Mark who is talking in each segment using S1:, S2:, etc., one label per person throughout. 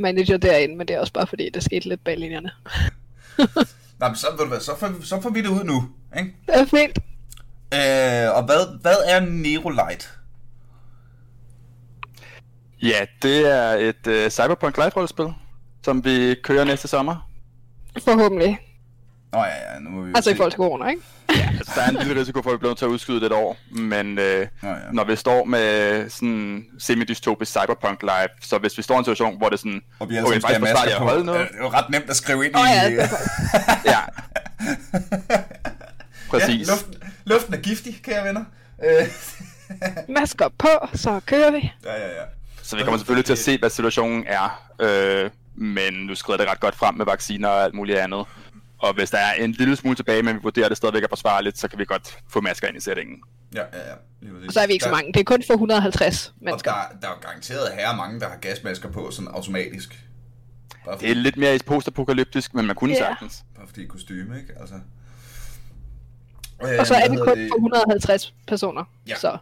S1: manager derinde, men det er også bare fordi, det skete lidt bag linjerne.
S2: Nej, men så får vi det ud nu, ikke?
S1: Det er fint.
S2: Og hvad er Nero Light?
S3: Ja, det er et Cyberpunk live-rollespil, som vi kører næste sommer.
S1: Forhåbentlig.
S2: Nå ja, nu må vi
S1: altså
S2: se.
S1: i forhold til corona, ikke?
S3: Ja, altså, der er en lille risiko for, at vi bliver nødt til at udskyde det et år, men når vi står med sådan semi-dystopisk Cyberpunk live, så hvis vi står i en situation, hvor det er sådan,
S2: og vi altså skal have masker på, det er jo ret nemt at skrive ind i...
S3: Ja. Præcis.
S2: Ja, luften er giftig, kære venner.
S1: Masker på, så kører vi.
S2: Ja.
S3: Så vi kommer selvfølgelig til at se, hvad situationen er, men nu skrider det ret godt frem med vacciner og alt muligt andet. Og hvis der er en lille smule tilbage, men vi vurderer, at det stadigvæk er forsvarligt, så kan vi godt få masker ind i sætningen.
S2: Ja.
S1: Og så er vi ikke så mange. Det er kun for 150 mennesker.
S2: Og der er jo garanteret her mange, der har gasmasker på sådan automatisk.
S3: Det er lidt mere postapokalyptisk, men man kunne sagtens.
S2: Bare fordi kostyme, ikke? Altså...
S1: Og så er det kun for 150 personer.
S2: Ja.
S1: Så.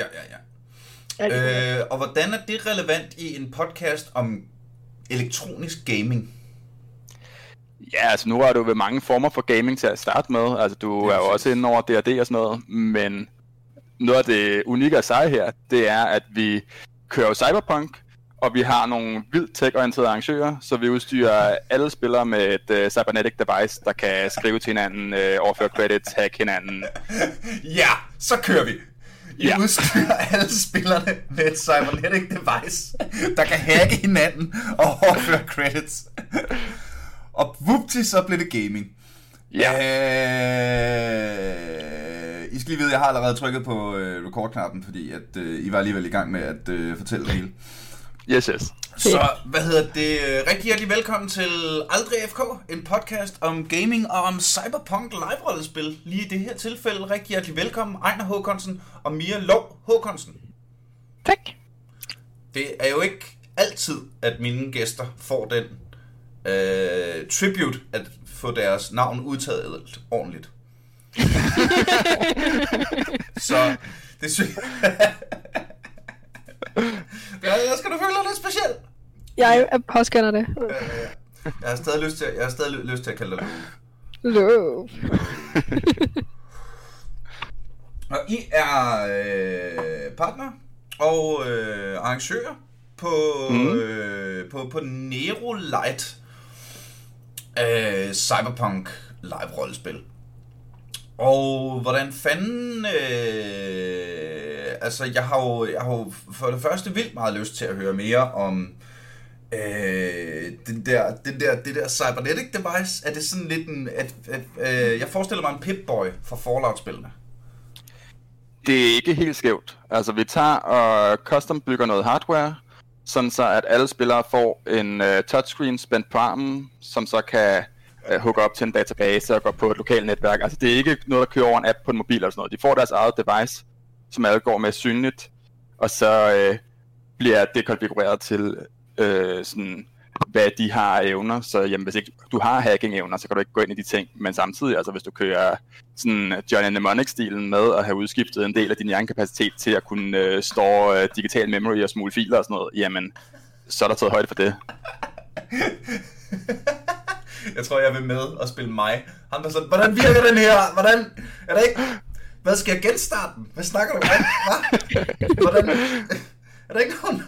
S2: Ja. Og hvordan er det relevant i en podcast om elektronisk gaming?
S3: Ja, altså nu er du ved mange former for gaming til at starte med. Altså du er jo også inde over D&D og sådan noget, men noget af det unikke af sig her, det er, at vi kører Cyberpunk, og vi har nogle vildt tech-orienterede arrangører, så vi udstyrer alle spillere med et cybernetic device, der kan skrive til hinanden, overføre credits, hack hinanden.
S2: Ja, så kører vi! I udstyrer alle spillerne med et cybernetic device, der kan hacke hinanden og overføre credits. Og vupti, så bliver det gaming.
S3: Ja.
S2: I skal lige vide, at jeg har allerede trykket på record-knappen, fordi at I var alligevel i gang med at fortælle det hele.
S3: Yes.
S2: Så, rigtig hjertelig velkommen til Aldrig FK, en podcast om gaming og om Cyberpunk live-rollespil. Lige i det her tilfælde, rigtig hjertelig velkommen, Ejner Håkonsen og Mia Lov Håkonsen.
S1: Tak.
S2: Det er jo ikke altid, at mine gæster får den tribute at få deres navn udtaget ordentligt. Så det synes jeg skal du føle dig lidt speciel.
S1: Jeg påskynder det.
S2: Jeg har stadig lyst til at kalde dig
S1: Love.
S2: Og I er partner og arrangører på Nero Light Cyberpunk live rollespil. Og hvordan fanden altså jeg har jo for det første vildt meget lyst til at høre mere om det der cybernetic device. Er det sådan lidt en jeg forestiller mig en Pip-Boy fra Fallout-spillene.
S3: Det er ikke helt skævt. Altså vi tager og custom bygger noget hardware, sådan så at alle spillere får en touchscreen spændt på armen, som så kan hooke op til en database og gå på et lokalt netværk. Altså det er ikke noget, der kører over en app på en mobil eller sådan noget. De får deres eget device, som alle går med synligt, og så bliver det konfigureret til sådan, hvad de har evner. Så jamen, hvis ikke du har hacking-evner, så kan du ikke gå ind i de ting. Men samtidig, altså hvis du kører sådan Johnny Mnemonic-stilen med at have udskiftet en del af din hjernekapacitet til at kunne store digital memory og smule filer og sådan noget, jamen, så er der taget højde for det.
S2: Jeg tror, jeg vil med og spille mig. Han var sådan, hvordan virker den her? Hvordan? Er der ikke... Hvad skal jeg genstarte den? Hvad snakker du om? Hvordan? Er der ikke nogen...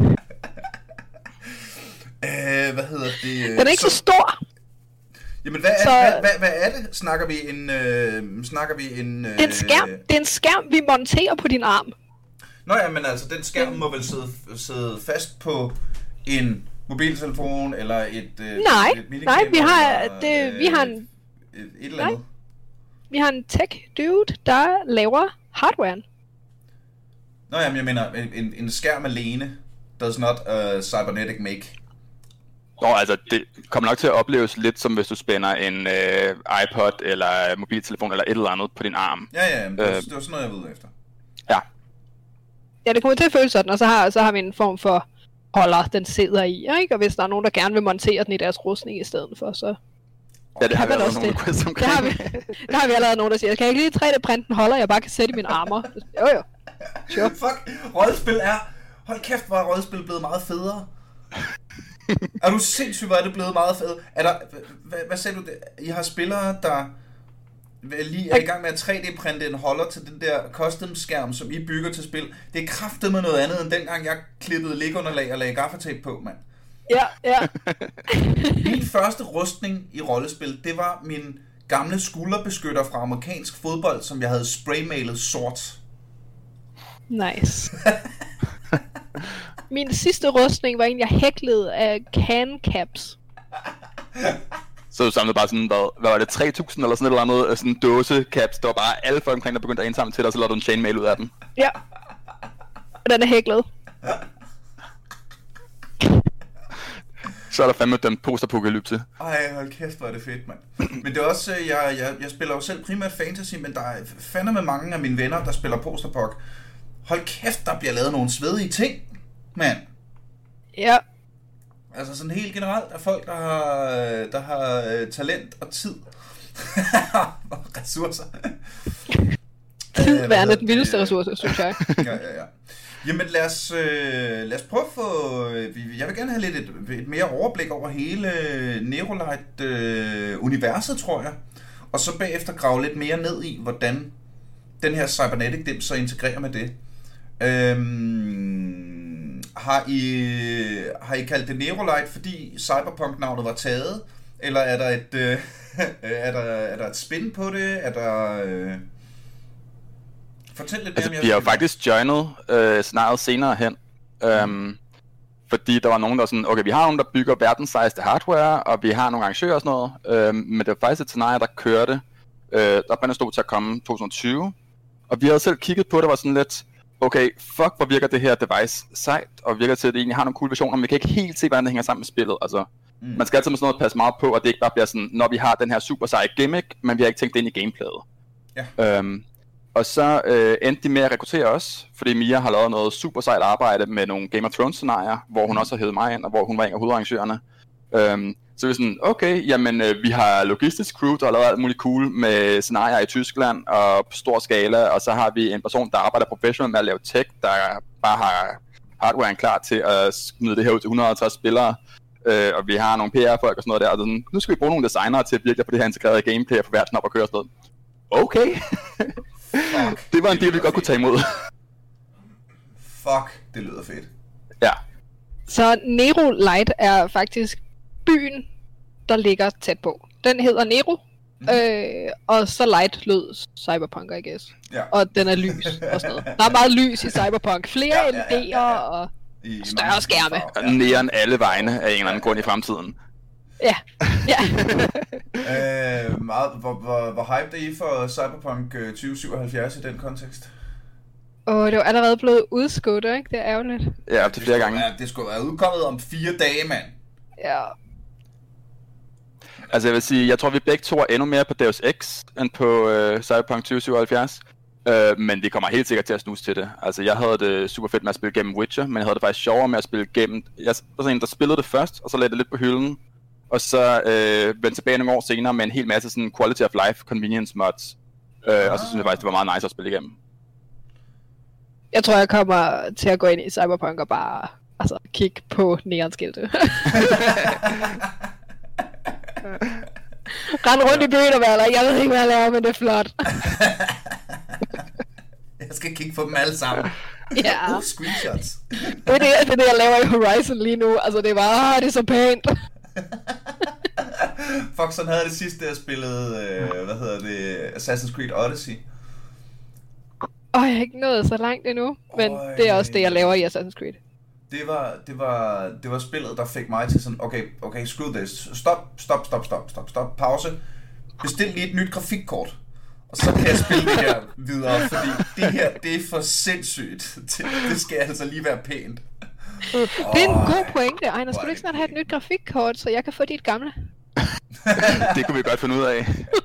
S2: hvad hedder det?
S1: Den er ikke så stor.
S2: Jamen, hvad er det? Snakker vi en... Det
S1: er en skærm. Det er en skærm, vi monterer på din arm.
S2: Nå ja, men altså, den skærm må vel sidde fast på en mobiltelefon eller et
S1: nej, vi har en
S2: et eller andet.
S1: Vi har en tech dude, der laver hardwaren.
S2: Nå ja, men jeg mener en skærm alene does not cybernetic make.
S3: Nå, altså det kommer nok til at opleves lidt som hvis du spænder en iPod eller mobiltelefon eller et eller andet på din arm.
S2: Ja, det var sådan noget jeg ved efter.
S1: Ja, det kommer til at føles sådan, og så har vi en form for holder, den sidder i, ikke? Og hvis der er nogen, der gerne vil montere den i deres rustning i stedet for, så...
S3: Ja, det har vi
S1: også
S3: nogen,
S1: det har vi allerede nogen, der siger, kan jeg ikke lige 3D-printe den holder, jeg bare kan sætte i mine armer? Jo. Sure.
S2: Fuck, rollespil er... Hold kæft, hvor er rollespil blevet meget federe. Er du sindssygt, hvor er det blevet meget fedt? Er der, hvad sagde du? I har spillere, der lige er i gang med at 3D-printe en holder til den der custom-skærm, som I bygger til spil. Det er kraftedeme noget andet, end dengang jeg klippede lægunderlag og lagde gaffatape på, mand.
S1: Ja.
S2: Min første rustning i rollespil, det var min gamle skulderbeskytter fra amerikansk fodbold, som jeg havde spraymalet sort.
S1: Nice. Min sidste rustning var en, jeg hæklede af can caps.
S3: Så du samlede bare sådan, hvad var det, 3.000 eller sådan et eller andet, sådan en dåse caps, der var bare alle folk omkring, der begyndte at indsamle til dig, og så lavede du en chainmail ud af den.
S1: Ja. Og den er hæklet.
S3: Så er der fandme den post-apokalypse.
S2: Ej, hold kæft, hvor er det fedt, mand. Men det er også, jeg spiller jo selv primært fantasy, men der er fandme mange af mine venner, der spiller post-apok. Hold kæft, der bliver lavet nogle svedige ting, mand.
S1: Ja.
S2: Altså sådan helt generelt er folk, der har talent og tid. Og ressourcer.
S1: Tid værende den vildeste ressource, synes jeg.
S2: Ja. Jamen lad os prøve at få... Jeg vil gerne have lidt et mere overblik over hele Neurolight-universet, tror jeg. Og så bagefter grave lidt mere ned i, hvordan den her Cybernetic Dim så integrerer med det. Har I kaldt det Neurolight, fordi Cyberpunk-navnet var taget? Eller er der er der et spin på det? Er der... Fortæl lidt mere om
S3: vi har jo faktisk joinet scenariet senere hen. Fordi der var nogen, der var sådan, okay, vi har nogen, der bygger verdens sejeste hardware, og vi har nogle arrangører og sådan noget. Men det var faktisk et scenarie, der kørte. Der var stod til at komme 2020. Og vi havde selv kigget på det, var sådan lidt, okay, fuck, hvor virker det her device sejt, og virker til, at det egentlig har nogle cool versioner, men vi kan ikke helt se, hvordan det hænger sammen med spillet. Altså, man skal altid med sådan noget passe meget på, at det ikke bare bliver sådan, når vi har den her super seje gimmick, men vi har ikke tænkt det ind i gameplayet.
S2: Ja.
S3: Og så endte de med at rekruttere os, fordi Mia har lavet noget super sejt arbejde med nogle Game of Thrones scenarier, hvor hun også har hævet mig ind, og hvor hun var en af hovedarrangørerne. Så vi er sådan, okay, jamen vi har logistisk crew, der har lavet alt muligt cool med scenarier i Tyskland og på stor skala, og så har vi en person, der arbejder professionelt med at lave tech, der bare har hardwaren klar til at smide det her ud til 150 spillere, og vi har nogle PR-folk og sådan noget der, og sådan, nu skal vi bruge nogle designere til at virkelig få det her integreret gameplay og få hvert knap og køre sådan noget. Okay. Det var en deal, vi godt kunne tage imod.
S2: Fuck, det lyder fedt.
S3: Ja.
S1: Så Neurolight er faktisk byen, der ligger tæt på. Den hedder Nero, og så light lød Cyberpunk, I guess.
S2: Ja.
S1: Og den er lys og sådan noget. Der er meget lys i Cyberpunk. Flere LED'er og større skærme.
S3: Næren alle vegne af en eller anden grund i fremtiden.
S1: Ja.
S2: Hvor hyped er I for Cyberpunk 2077 i den kontekst?
S1: Det var allerede blevet udskudt, ikke? Det er ærgerligt.
S3: Ja, op til flere gange.
S2: Det skulle være udkommet om 4 dage, mand.
S1: Ja.
S3: Altså jeg vil sige, jeg tror vi begge to er endnu mere på Deus Ex end på Cyberpunk 2077. Men vi kommer helt sikkert til at snuse til det. Altså jeg havde det super fedt med at spille gennem Witcher, men jeg havde det faktisk sjovere med at spille gennem... Jeg var sådan en, der spillede det først, og så lagde det lidt på hylden. Og så vendte tilbage nogle år senere med en hel masse sådan quality of life convenience mods. Og så synes jeg faktisk, det var meget nice at spille igennem.
S1: Jeg tror, jeg kommer til at gå ind i Cyberpunk og bare kigge på neonskilte. Rend rundt i byen og være jeg ved ikke, hvad jeg laver, men det er flot.
S2: Jeg skal kigge på dem alle sammen.
S1: Ja.
S2: Screenshots.
S1: Det er det, jeg laver i Horizon lige nu. Altså, det er bare, det er så pænt.
S2: Fuck, sådan havde det sidste, jeg spillede, Assassin's Creed Odyssey.
S1: Jeg har ikke nået så langt endnu, men det er også det, jeg laver i Assassin's Creed.
S2: Det var spillet, der fik mig til sådan, okay, screw this. Stop, pause. Bestil lige et nyt grafikkort. Og så kan jeg spille det her videre, fordi det her, det er for sindssygt. Det skal altså lige være pænt.
S1: Det er en god pointe. Ejner, skulle du ikke snart have et nyt grafikkort, så jeg kan få dit gamle?
S3: Det kunne vi godt finde ud af.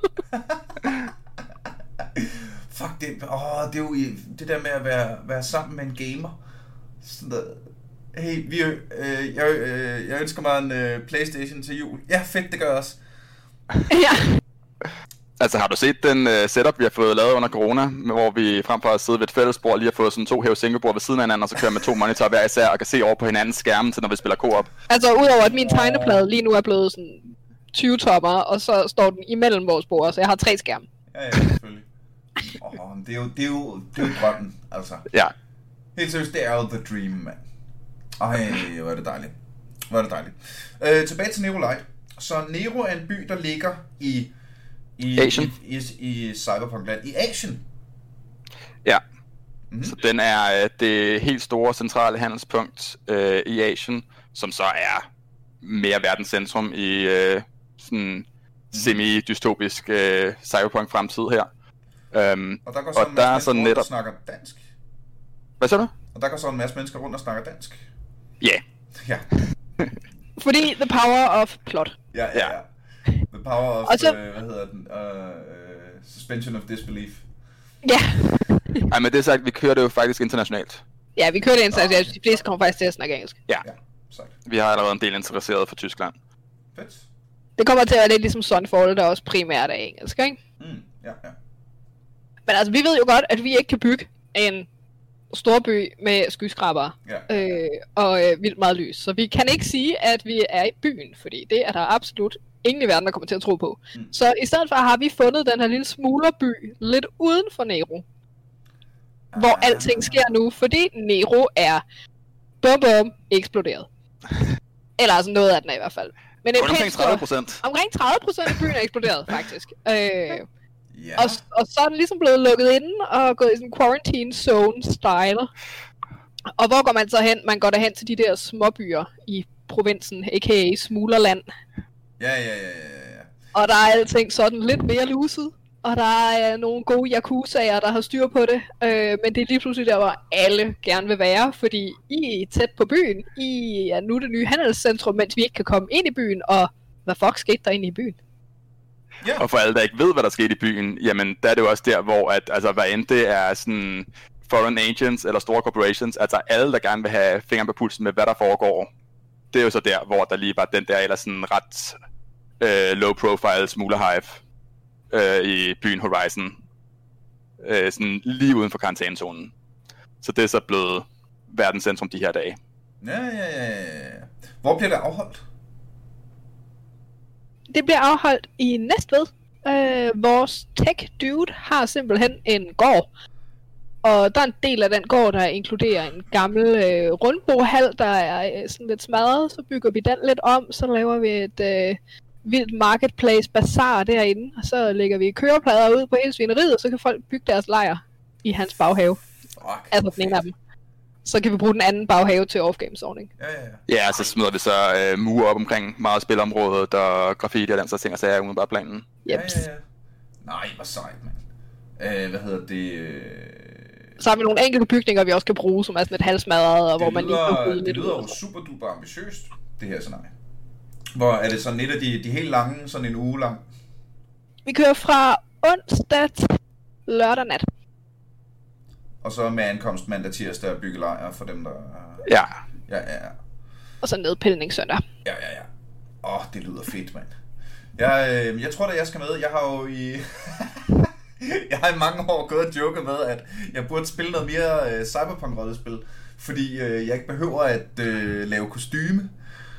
S2: Fuck, det er jo det der med at være sammen med en gamer. Sådan der. Hey, jeg ønsker mig en PlayStation til jul. Ja, fedt, det gør jeg også.
S1: Ja.
S3: Altså har du set den setup, vi har fået lavet under corona, hvor vi frem for at sidde ved et fællesbord lige har fået sådan 2 hæve-sænke-bord ved siden af hinanden, og så kører med 2 monitorer hver især og kan se over på hinandens skærme til når vi spiller co-op?
S1: Altså udover at min tegneplade lige nu er blevet sådan 20 tommer, og så står den imellem vores bord, så jeg har 3 skærme.
S2: Ja, selvfølgelig. Det er jo drømmen, altså.
S3: Ja.
S2: Helt seriøst, det er jo the dream, mand. Ej, hvor er det dejligt. Tilbage til Nero Light. Så Nero er en by, der ligger i
S3: Asien.
S2: I Cyberpunk-land. I Asien.
S3: Ja. Mm-hmm. Så den er det helt store centrale handelspunkt i Asien, som så er mere verdens centrum i sådan semi-dystopisk cyberpunk-fremtid her.
S2: Og der går så en masse mennesker rundt og snakker dansk.
S3: Hvad siger du?
S2: Og der går så en masse mennesker rundt og snakker dansk.
S3: Yeah.
S2: Ja.
S1: Fordi the power of plot.
S2: Ja. The power of, så, hvad hedder den? Suspension of disbelief.
S1: Ja.
S3: Ej, men det er sagt, vi kører det jo faktisk internationalt.
S1: Ja, vi kører det internationalt. De fleste kommer faktisk til at snakke engelsk.
S3: Ja. Vi har allerede en del interesseret for Tyskland.
S2: Fedt.
S1: Det kommer til at være lidt ligesom Sunfall, der også primært er engelsk, ikke?
S2: Ja.
S1: Men altså, vi ved jo godt, at vi ikke kan bygge en storby med skyskrabere og vildt meget lys. Så vi kan ikke sige, at vi er i byen, fordi det er der absolut ingen i verden, der kommer til at tro på. Så i stedet for har vi fundet den her lille smuglerby lidt uden for Nero, hvor alting sker nu, fordi Nero er bum eksploderet. Eller altså noget af den er i hvert fald. Men
S3: omkring 30%.
S1: Omkring 30% af byen er eksploderet, faktisk. Og så er den ligesom blevet lukket inde og gået i sådan quarantine zone style. Og hvor går man så hen? Man går derhen til de der småbyer i provinsen, a.k.a. Smuglerland.
S2: Ja.
S1: Og der er alting sådan lidt mere luset. Og der er nogle gode yakuzaer, der har styr på det. Men det er lige pludselig der, hvor alle gerne vil være. Fordi I er tæt på byen. I er nu det nye handelscentrum, mens vi ikke kan komme ind i byen. Og hvad fuck skete der inde i byen?
S3: Yeah. Og for alle, der ikke ved, hvad der skete i byen, jamen, der er det jo også der, hvor at, altså, hvad end det er sådan foreign agents eller store corporations, altså alle, der gerne vil have fingeren på pulsen med, hvad der foregår, det er jo så der, hvor der lige var den der, eller sådan ret low-profile smuglerhive i byen Horizon, sådan lige uden for karantænezonen. Så det er så blevet verdenscentrum de her dage.
S2: Ja. Hvor bliver det afholdt?
S1: Det bliver afholdt i Næstved. Vores tech dude har simpelthen en gård. Og der er en del af den gård, der inkluderer en gammel rundbohal, der er sådan lidt smadret. Så bygger vi den lidt om, så laver vi et vildt marketplace bazar derinde. Og så lægger vi køreplader ud på hele svineriet, og så kan folk bygge deres lejr i hans baghave. Altså den ene af dem. Så kan vi bruge den anden baghave til off-games-ordning.
S3: Ja, så smider vi så mure op omkring meget spilområdet og graffiti og den slags ting, og så er uden bare planen.
S1: Jeps.
S2: Ja. Nej, hvor sejt, mand. Hvad hedder det?
S1: Så har vi nogle enkelte bygninger, vi også kan bruge, som er sådan et halvsmadret, og hvor man lige kan
S2: det lyder jo super duper ambitiøst, det her scenarie. Hvor er det sådan et af de helt lange, sådan en uge lang?
S1: Vi kører fra onsdag til lørdag nat.
S2: Og så med ankomst mandag, tirsdag og byggelejre for dem, der...
S3: Ja.
S1: Og så nedpilning søndag.
S2: Ja. Det lyder fedt, mand. Jeg tror da, jeg skal med. Jeg har jo jeg har i mange år gået og joket med, at jeg burde spille noget mere cyberpunk-rollespil, fordi jeg ikke behøver at lave kostyme.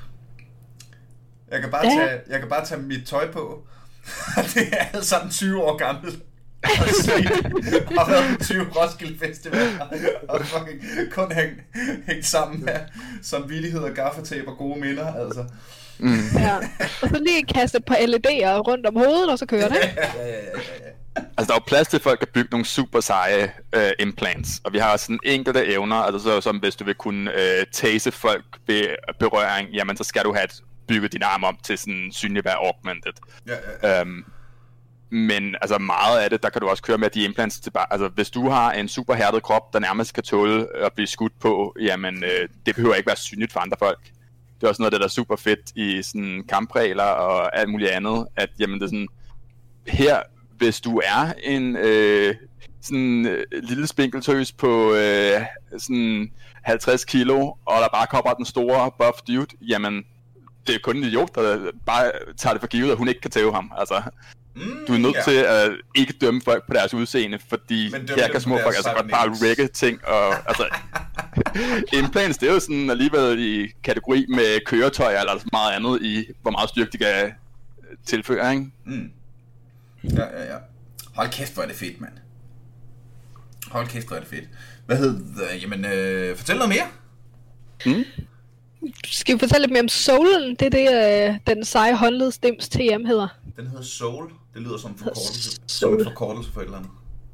S2: Jeg kan bare tage mit tøj på. Det er alt sammen 20 år gammelt. Og været på 20 Roskilde Festival og fucking kun hængt sammen med samvittighed og gaffatape og gode minder, altså.
S1: Ja. Og så lige kaste et par LED'er rundt om hovedet, og så kører det.
S3: Ja. Altså, der er jo plads til, at folk kan bygge nogle super seje implants, og vi har også sådan enkelte evner, altså så som hvis du vil kunne tase folk ved berøring, jamen så skal du have bygget din arm om til sådan synligt være augmented.
S2: Ja.
S3: Men altså meget af det, der kan du også køre med de implants til bare, altså hvis du har en super hærdet krop, der nærmest kan tåle at blive skudt på, jamen det behøver ikke være synligt for andre folk. Det er også noget af det, der er super fedt i sådan kampregler og alt muligt andet, at jamen det er sådan, her hvis du er en sådan lille spinkeltøs på sådan 50 kilo, og der bare kommer den store buff dude, jamen det er kun en idiot, der bare tager det for givet, at hun ikke kan tæve ham, altså. Du er nødt til at ikke dømme folk på deres udseende, fordi her kan små folk altså godt bare wrecke ting, og altså... Implants, det er jo sådan alligevel i kategori med køretøjer eller meget andet i, hvor meget styrke de kan tilføre, ikke?
S2: Ja. Hold kæft, hvor er det fedt, mand. Hold kæft, hvor er det fedt. Hvad hedder fortæl noget mere.
S1: Skal vi fortælle lidt mere om Soulen? Det er det, den seje håndledsdims TM hedder.
S2: Den hedder Soul. Det lyder som en forkortelse. Som en forkortelse for et eller andet.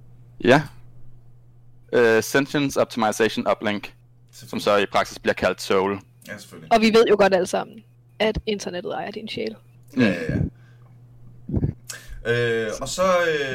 S3: Ja. Sentience Optimization Uplink, som så i praksis bliver kaldt Soul.
S2: Ja, selvfølgelig.
S1: Og vi ved jo godt alle sammen, at internettet ejer din sjæl.
S2: Ja. Og så,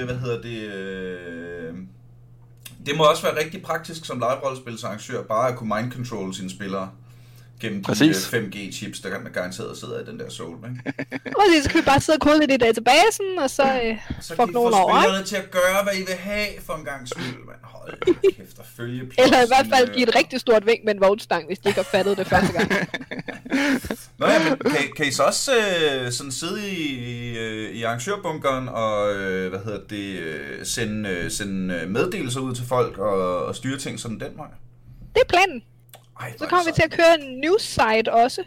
S2: det må også være rigtig praktisk som live-rollespilsarrangør, bare at kunne mind-control sine spillere gennem de 5G-chips, der garanteret sidder i den der Soul, ikke?
S1: Præcis, så kan vi bare sidde og kode lidt i databasen, og så fuck nogen over,
S2: ikke? Så kan I få spillerne til at gøre, hvad I vil have for en gang skyld, mand. Hold kæft og følge plotsen.
S1: Eller i hvert fald give et rigtig stort vink med en vognstang, hvis de ikke har fattet det første gang.
S2: Nå ja, men kan I så også sådan sidde i arrangørbunkeren og, sende meddelelser ud til folk og styre ting sådan den vej?
S1: Det er planen. Så kommer vi til at køre en news site også.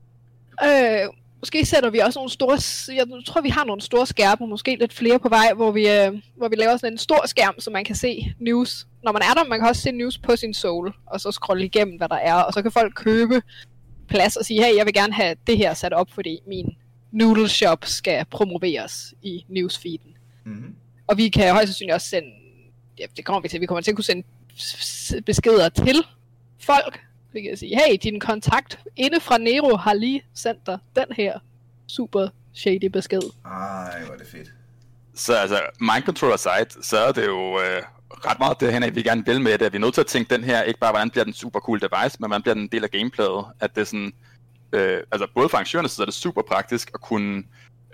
S1: Måske sætter vi også nogle store... Jeg tror, vi har nogle store skærme, måske lidt flere på vej, hvor vi laver sådan en stor skærm, så man kan se news. Når man er der, man kan også se news på sin Soul, og så scrolle igennem, hvad der er. Og så kan folk købe plads og sige, hey, jeg vil gerne have det her sat op, fordi min noodle shop skal promoveres i newsfeeden. Mm-hmm. Og vi kan højst sandsynligt også sende... Ja, det kommer vi til. Vi kommer til at kunne sende beskeder til folk. Vi kan sige, hey, din kontakt inde fra Nero har lige sendt dig den her super shady besked.
S2: Ej, hvor er det fedt.
S3: Så altså, mind controller site, så er det jo ret meget det hen, at vi gerne vil med det. At vi er nødt til at tænke den her, ikke bare hvordan bliver den super cool device, men hvordan bliver den en del af gameplayet. At det er sådan, altså både for arrangørerne, så er det super praktisk at kunne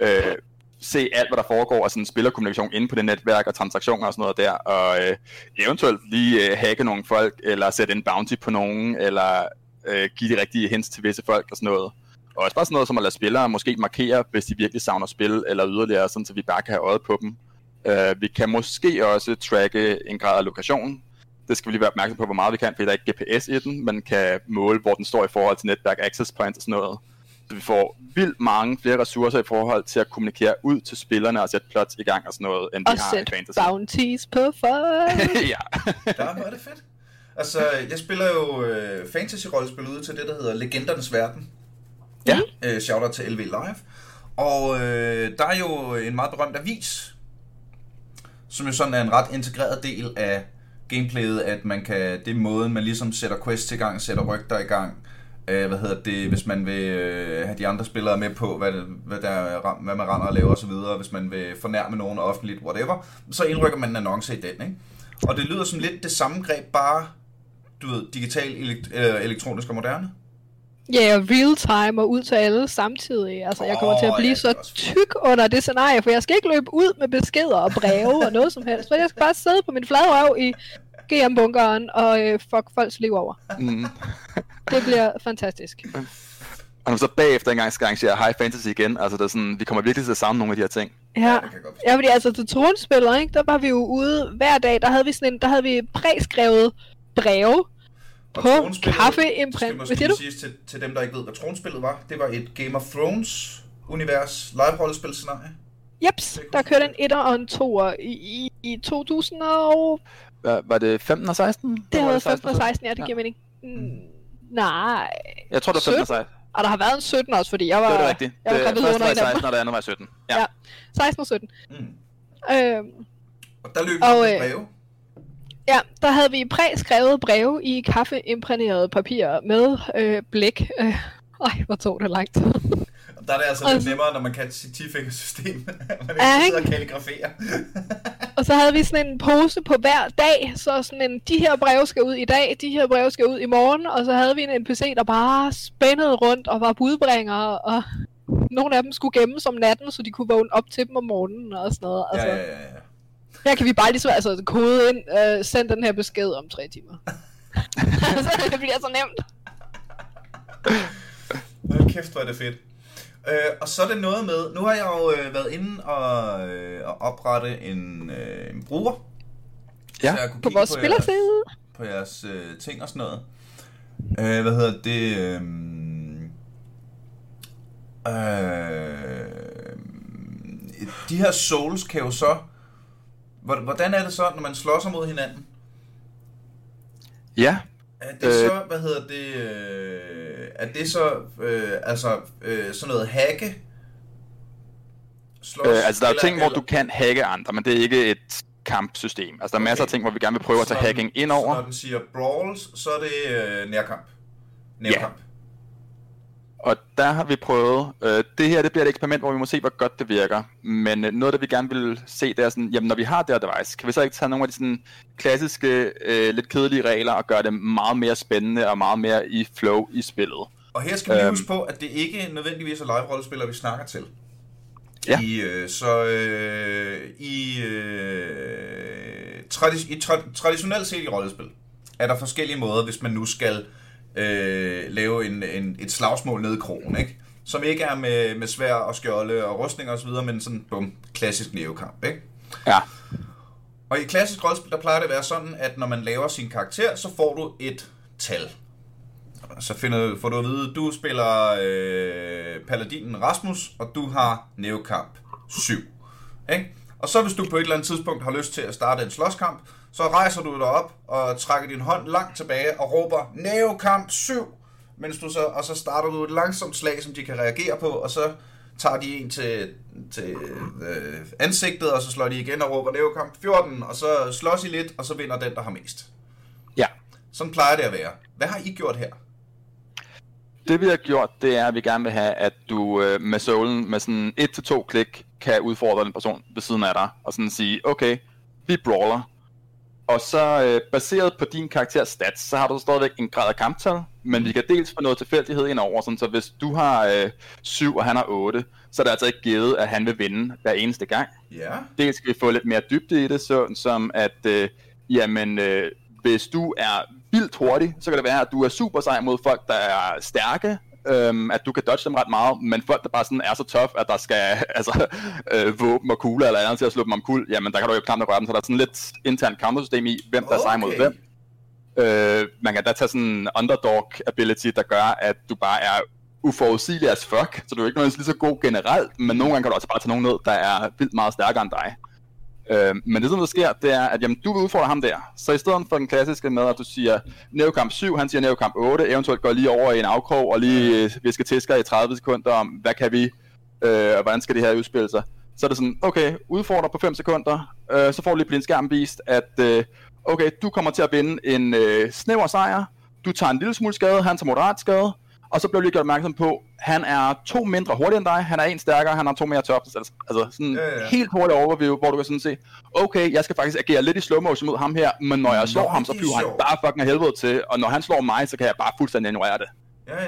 S3: se alt, hvad der foregår af sådan spillerkommunikation inde på det netværk og transaktioner og sådan noget der, og eventuelt lige hacke nogle folk, eller sætte en bounty på nogen, eller give de rigtige hints til visse folk og sådan noget. Og også bare sådan noget som at lade spillere måske markere, hvis de virkelig savner spil, eller yderligere, sådan så vi bare kan have øjet på dem. Vi kan måske også tracke en grad af lokation. Det skal vi lige være opmærksom på, hvor meget vi kan, fordi der er ikke GPS i den, men kan måle, hvor den står i forhold til netværk access points og sådan noget. Så vi får vildt mange flere ressourcer i forhold til at kommunikere ud til spillerne og sætte plots i gang og sådan noget, end vi har i Fantasy.
S1: Og sætte bounties på folk.
S3: Ja.
S2: Der var det fedt. Altså, jeg spiller jo fantasy-rollespil ud til det, der hedder Legendernes Verden.
S3: Ja.
S2: Shoutout til LV Live. Og der er jo en meget berømt avis, som jo sådan er en ret integreret del af gameplayet, at man kan, det er måden, man ligesom sætter quests i gang, sætter rygter i gang. Hvis man vil have de andre spillere med på, hvad man render og laver osv., hvis man vil fornærme nogen offentligt, whatever, så indrykker man en annonce i den, ikke? Og det lyder som lidt det samme greb, bare, du ved, digital, elektronisk og moderne.
S1: Ja, og real time og ud til alle samtidig. Altså, jeg kommer til at blive så tyk under det scenarie, for jeg skal ikke løbe ud med beskeder og breve og noget som helst, for jeg skal bare sidde på min flade røv i GM-bunkeren og fuck folks liv over. Det bliver fantastisk.
S3: Og når så bagefter engang skal arrangere High Fantasy igen, altså det er sådan, vi kommer virkelig til at savne nogle af de her ting.
S1: Ja, fordi altså til tronspillere, ikke, der var vi jo ude hver dag, der havde vi præskrevet breve på kaffeimprint.
S2: Hvad siger du? Sige til dem, der ikke ved, hvad tronspillet var. Det var et Game of Thrones univers live-rollespil-scenarie.
S1: Jeps, der kørte en 1'er og en 2'er i 2000 og...
S3: Var det 15 og 16?
S1: Det har været 15 og 16, ja, det giver mening. Nej.
S3: Jeg tror, det var 15 og 16.
S1: Og der har været en 17 også, fordi jeg var...
S3: Det er rigtigt.
S1: Jeg var gravid under en af dem.
S3: 16, og det andet var 17.
S1: Ja, 16 og 17.
S2: Og der løb vi breve.
S1: Ja, der havde vi præskrevet breve i kaffeimprægnerede papir med blæk. Hvor tog det langt.
S2: Der er det altså lidt nemmere, når man kan sit 10-fingersystem. Man ikke sidder og kalligrafere.
S1: Og så havde vi sådan en pose på hver dag, så sådan en, de her breve skal ud i dag, de her breve skal ud i morgen, og så havde vi en NPC, der bare spændede rundt og var budbringere, og nogle af dem skulle gemmes om natten, så de kunne vågne op til dem om morgenen og sådan noget. Altså,
S2: ja.
S1: Her kan vi bare lige kode ind, send den her besked om 3 timer. Så det bliver så nemt.
S2: Hold kæft, hvor er det fedt. Og så er det noget med, nu har jeg jo været inde og oprette en bruger.
S3: Ja,
S2: så jeg kunne
S1: På vores spillerside.
S2: på jeres ting og sådan noget. Hvad hedder det? De her souls kan jo så... Hvordan er det så, når man slår sig mod hinanden?
S3: Ja.
S2: Er det så, hvad hedder det... Er det så, sådan noget hacke?
S3: Altså, der er jo ting, hvor du kan hacke andre, men det er ikke et kampsystem. Altså, der er masser af ting, hvor vi gerne vil prøve at tage hacking ind over.
S2: Så når den siger brawls, så er det nærkamp. Nærkamp.
S3: Ja. Og der har vi prøvet, det her det bliver et eksperiment, hvor vi må se, hvor godt det virker. Men noget, der vi gerne vil se, det er sådan, jamen når vi har det her device, kan vi så ikke tage nogle af de sådan klassiske, lidt kedelige regler og gøre det meget mere spændende og meget mere i flow i spillet.
S2: Og her skal vi lige huske på, at det ikke nødvendigvis er live-rollespillere, vi snakker til.
S3: Ja.
S2: Traditionelt set i rollespil er der forskellige måder, hvis man nu skal lave et slagsmål nede i krogen, ikke? Som ikke er med sværd og skjolde og rustninger og så videre, men sådan klassisk neokamp, ikke?
S3: Ja.
S2: Og i klassisk rollespil, der plejer det at være sådan, at når man laver sin karakter, så får du et tal. Så får du at vide, at du spiller paladinen Rasmus, og du har neokamp 7. Ikke? Og så hvis du på et eller andet tidspunkt har lyst til at starte en slåskamp, så rejser du dig op og trækker din hånd langt tilbage og råber neokamp 7, og så starter du et langsomt slag, som de kan reagere på, og så tager de en til ansigtet, og så slår de igen og råber neokamp 14, og så slås I lidt, og så vinder den, der har mest.
S3: Ja.
S2: Sådan plejer det at være. Hvad har I gjort her?
S3: Det vi har gjort, det er, at vi gerne vil have, at du med soulen, med sådan 1-2 klik, kan udfordre den person ved siden af dig, og sådan sige, okay, vi brawler. Og så baseret på din karakters stats, så har du stadigvæk en grad af kamptal, men vi kan dels få noget tilfældighed ind over, sådan, så hvis du har 7 og han har 8, så er det altså ikke givet, at han vil vinde hver eneste gang.
S2: Ja.
S3: Dels skal vi få lidt mere dybde i det, sådan som at, hvis du er vildt hurtig, så kan det være, at du er super sej mod folk, der er stærke, at du kan dodge dem ret meget, men folk, der bare sådan er så tough, at der skal våben og kugler eller andet til at slå dem om kul, jamen der kan du jo knap nok røre dem, så der er sådan lidt internt countersystem i, hvem der er sej mod hvem. Man kan da tage sådan en underdog ability, der gør, at du bare er uforudsigelig as fuck, så du er ikke nødvendigvis lige så god generelt, men nogle gange kan du også bare tage nogen ned, der er vildt meget stærkere end dig. Men det som der sker, det er, at jamen, du vil udfordre ham der. Så i stedet for den klassiske med, at du siger neokamp 7, han siger neokamp 8, eventuelt går lige over i en afkrog og lige visker tisker i 30 sekunder om, hvad kan vi, og hvordan skal det her udspille sig. Så er det sådan, okay, udfordrer på 5 sekunder, så får du lige på din skærm vist, at okay, du kommer til at vinde en snæver sejr, du tager en lille smule skade, han tager moderat skade, og så bliver du lige gjort opmærksom på, han er 2 mindre hurtigere end dig, han er 1 stærkere, han har 2 mere toughness, altså sådan helt hurtigt overview, hvor du kan sådan se, okay, jeg skal faktisk agere lidt i slow motion mod ham her, men når jeg slår ham, så flyver han bare fucking af helvede til, og når han slår mig, så kan jeg bare fuldstændig ignorere det.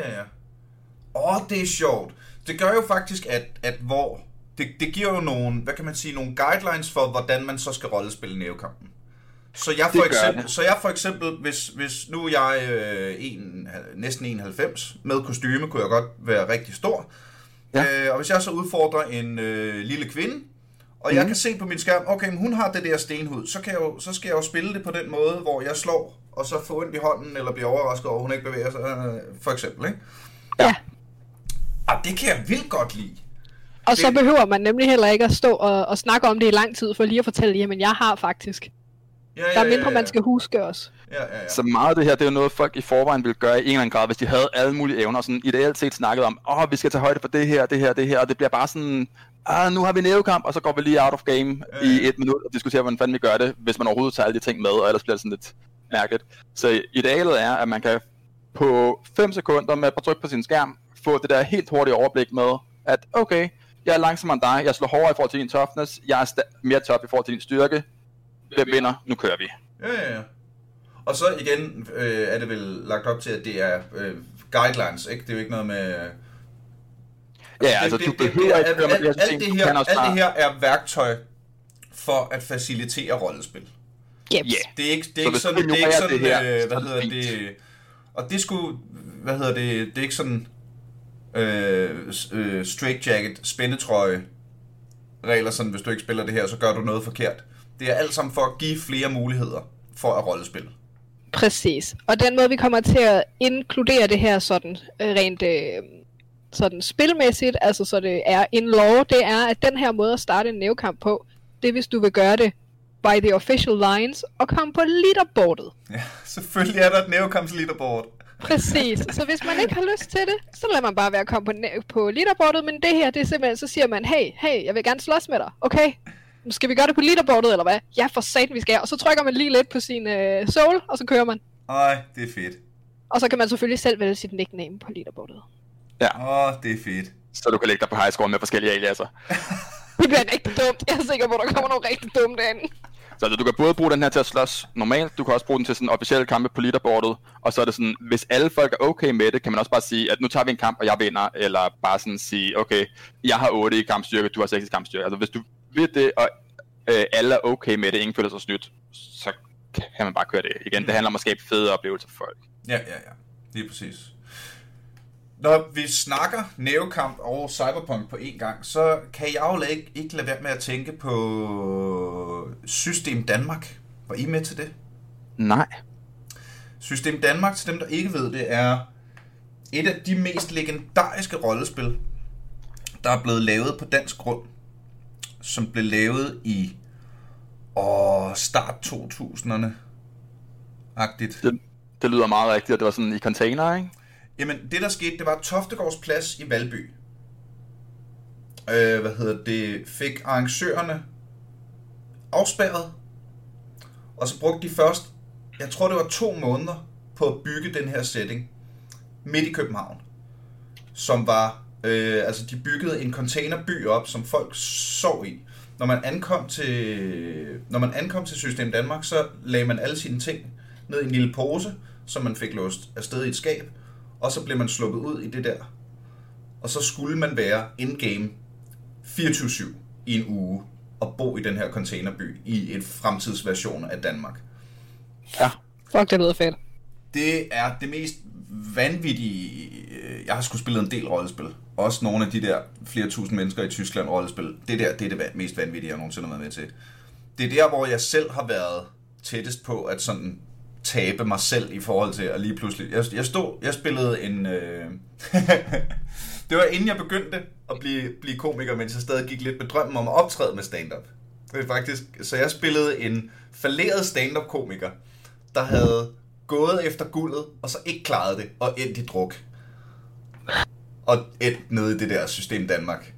S2: Ja. Det er sjovt. Det gør jo faktisk, at hvor, det giver jo nogle, hvad kan man sige, nogle guidelines for, hvordan man så skal rollespille neokampen. Så jeg for eksempel, hvis nu er jeg næsten 91 med kostyme, kunne jeg godt være rigtig stor. Ja. Og hvis jeg så udfordrer en lille kvinde, og jeg kan se på min skærm, okay, men hun har det der stenhud, så skal jeg jo spille det på den måde, hvor jeg slår, og så få ondt i hånden, eller blive overrasket over, at hun ikke bevæger sig, for eksempel, ikke?
S1: Ja.
S2: Det kan jeg vildt godt lide.
S1: Og så behøver man nemlig heller ikke at stå og snakke om det i lang tid, for lige at fortælle, jamen jeg har faktisk. Der er mindre, man skal huske også.
S2: Ja.
S3: Så meget af det her, det er jo noget, folk i forvejen ville gøre i en eller anden grad, hvis de havde alle mulige evner, sådan ideelt set snakket om, vi skal tage højde for det her, og det bliver bare sådan, nu har vi neokamp, og så går vi lige out of game i 1 minut og diskuterer, hvordan fanden vi gør det, hvis man overhovedet tager alle de ting med, og ellers bliver det sådan lidt mærkeligt. Så idealet er, at man kan på 5 sekunder med et par tryk på sin skærm, få det der helt hurtige overblik med, at okay, jeg er langsommere end dig, jeg slår hårdere i forhold til din toughness, jeg er mere tough i forhold til din styrke, hvem vinder, nu kører vi.
S2: Ja. Og så igen er det vel lagt op til, at det er guidelines, ikke? Det er jo ikke noget med...
S3: du behøver ikke...
S2: Alt det her er værktøj for at facilitere rollespil.
S1: Yep.
S2: Det er ikke sådan, og det skulle, det er ikke sådan... straitjacket, spændetrøje, regler sådan, hvis du ikke spiller det her, så gør du noget forkert. Det er alt sammen for at give flere muligheder for at rollespille.
S1: Præcis. Og den måde, vi kommer til at inkludere det her sådan rent sådan spilmæssigt, altså så det er in law, det er, at den her måde at starte en nævekamp på, det er, hvis du vil gøre det by the official lines og komme på leaderboardet.
S2: Ja, selvfølgelig er der et nævekamps-leaderboard.
S1: Præcis. Så hvis man ikke har lyst til det, så lader man bare være at komme på leaderboardet, men det her, det er simpelthen, så siger man, hey, jeg vil gerne slås med dig, okay? Skal vi gøre det på leaderboardet, eller hvad? Ja, for satan, vi skal. Og så trykker man lige lidt på sin soul, og så kører man.
S2: Ej, det er fedt.
S1: Og så kan man selvfølgelig selv vælge sit nickname på leaderboardet.
S3: Ja.
S2: Det er fedt.
S3: Så du kan lægge dig på high score med forskellige aliaser.
S1: Det bliver rigtig dumt. Jeg er sikker på, at der kommer noget rigtig dumt ind.
S3: Så altså, du kan både bruge den her til at slås normalt, du kan også bruge den til sådan officielle kampe på leaderboardet, og så er det sådan, hvis alle folk er okay med det, kan man også bare sige, at nu tager vi en kamp, og jeg vinder, eller bare sådan sige, okay, jeg har 8 i kampstyrke, du har 6 i kampstyrke. Altså hvis du vil det, og alle er okay med det, ingen føler sig snydt, så kan man bare køre det igen. Det handler om at skabe fede oplevelser for folk.
S2: Ja, lige præcis. Når vi snakker nævekamp og cyberpunk på en gang, så kan jeg jo ikke lade være med at tænke på System Danmark. Var I med til det?
S3: Nej.
S2: System Danmark, til dem der ikke ved det, er et af de mest legendariske rollespil, der er blevet lavet på dansk grund, som blev lavet i start 2000'erne-agtigt.
S3: Det lyder meget rigtigt, og det var sådan i container, ikke?
S2: Jamen, det der skete, det var Toftegårds Plads i Valby. Fik arrangørerne afspærret, og så brugte de først, jeg tror det var 2 måneder, på at bygge den her setting midt i København. Som var, de byggede en containerby op, som folk sov i. Når man ankom til System Danmark, så lagde man alle sine ting ned i en lille pose, som man fik låst afsted i et skab, og så blev man sluppet ud i det der. Og så skulle man være in-game 24/7 i en uge, og bo i den her containerby i en fremtidsversion af Danmark.
S3: Ja.
S1: Fuck, det lyder fedt.
S2: Det er det mest vanvittige. Jeg har sgu spillet en del rollespil. Også nogle af de der flere tusind mennesker i Tyskland rollespil. Det er det mest vanvittige, jeg nogensinde har været med til. Det er der, hvor jeg selv har været tættest på at sådan tabe mig selv i forhold til at lige pludselig. Jeg spillede en. Det var inden jeg begyndte at blive komiker, mens jeg stadig gik lidt med drømmen om at optræde med stand-up. Det er faktisk. Så jeg spillede en falderet stand-up komiker, der havde gået efter guldet og så ikke klaret det og endt i druk. Og endt nede i det der System Danmark.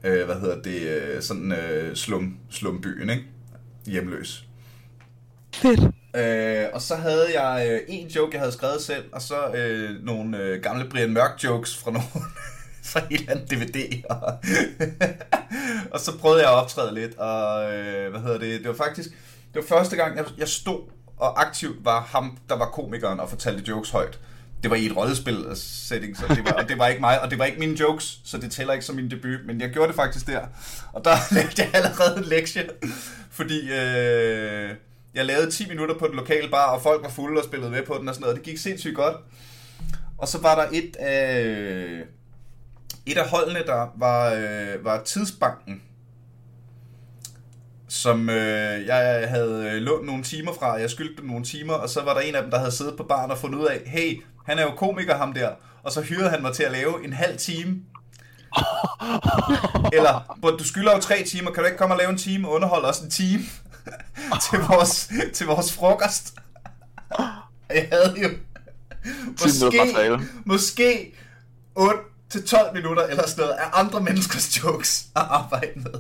S2: Slumbyen, ikke? Hjemløs.
S1: Fedt.
S2: Og så havde jeg en joke, jeg havde skrevet selv, og så nogle gamle Brian Mørk jokes fra nogle fra en eller anden DVD. Og så prøvede jeg at optræde lidt, og det var første gang, jeg stod og aktivt var ham, der var komikeren og fortalte jokes højt. Det var i et rollespil setting, så det var ikke mig, og det var ikke mine jokes, så det tæller ikke som min debut, men jeg gjorde det faktisk der. Og der lavede jeg allerede en lektie, fordi jeg lavede 10 minutter på den lokale bar, og folk var fulde og spillede med på den og sådan noget. Det gik sindssygt godt. Og så var der et af holdene, der var Tidsbanken, som jeg havde lånt nogle timer fra. Jeg skyldte dem nogle timer, og så var der en af dem, der havde siddet på baren og fundet ud af, hey, han er jo komiker, ham der. Og så hyrede han mig til at lave en halv time. Eller, du skylder jo 3 timer, kan du ikke komme og lave en time og underholde os en time til vores frokost? Jeg havde jo måske 8-12 minutter eller sådan noget af andre menneskers jokes at arbejde med.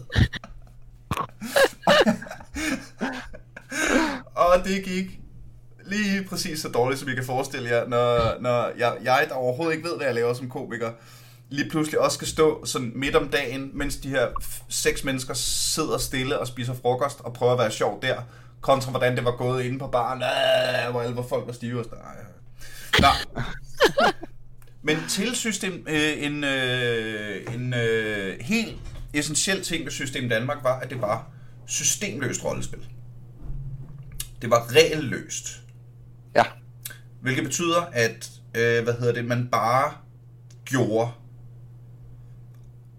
S2: Og det gik lige præcis så dårligt, som I kan forestille jer, når jeg der overhovedet ikke ved, hvad jeg laver som komiker, lige pludselig også skal stå sådan midt om dagen, mens de her 6 mennesker sidder stille og spiser frokost og prøver at være sjov der, kontra hvordan det var gået inde på baren, hvor alle folk var stive og sådan. Nå. Men til system, en helt essentiel ting ved System Danmark var, at det var systemløst rollespil. Det var regelløst.
S3: Ja.
S2: Hvilket betyder, at man bare gjorde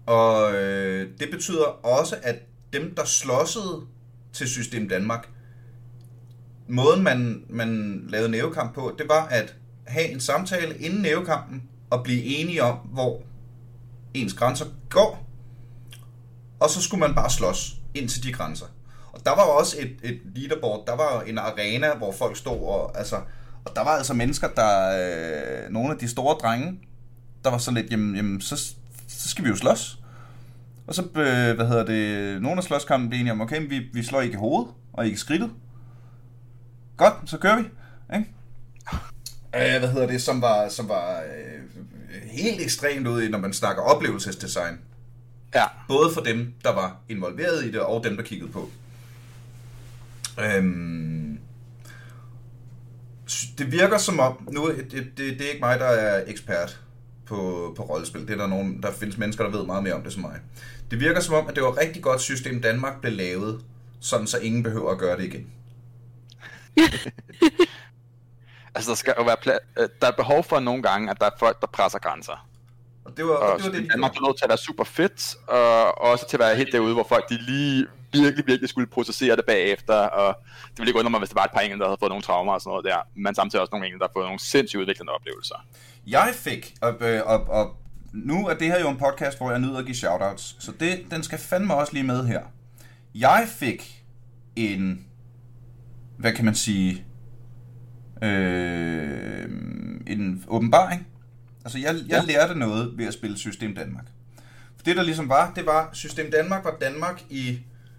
S2: Og det betyder også, at dem, der slåssede til System Danmark, måden man lavede nævekamp på, det var at have en samtale inden nævekampen og blive enige om, hvor ens grænser går, og så skulle man bare slås ind til de grænser. Og der var også et leaderboard, der var en arena, hvor folk stod, og der var altså mennesker, nogle af de store drenge, der var sådan lidt, jamen så skal vi jo slås. Og så, nogle af slåskampen blev enige om, okay, vi slår ikke i hovedet, og ikke i skridtet. Godt, så kører vi, ikke? Som var helt ekstremt ude i, når man snakker oplevelsesdesign.
S3: Ja.
S2: Både for dem, der var involveret i det, og dem, der kiggede på. Det virker som om, nu det er ikke mig, der er ekspert på rollespil. Det er der findes mennesker, der ved meget mere om det som mig. Det virker som om, at det var rigtig godt System Danmark blev lavet, sådan så ingen behøver at gøre det igen.
S3: Altså, der skal jo være der er behov for nogle gange, at der er folk, der presser grænser.
S2: Og det var det,
S3: Danmark er nødt til at være super fedt, og også til at være helt derude, hvor folk de lige virkelig skulle processere det bagefter, og det ville ikke undre mig, hvis der var et par enkelte, der havde fået nogle traumer og sådan noget der, men samtidig også nogle enkelte, der har fået nogle sindssygt udviklende oplevelser.
S2: Jeg fik, og nu er det her jo en podcast, hvor jeg nyder at give shoutouts, så den skal fandme også lige med her. Jeg fik en, hvad kan man sige, en åbenbaring. Altså jeg lærte noget ved at spille System Danmark. For det der ligesom var, det var, System Danmark var Danmark i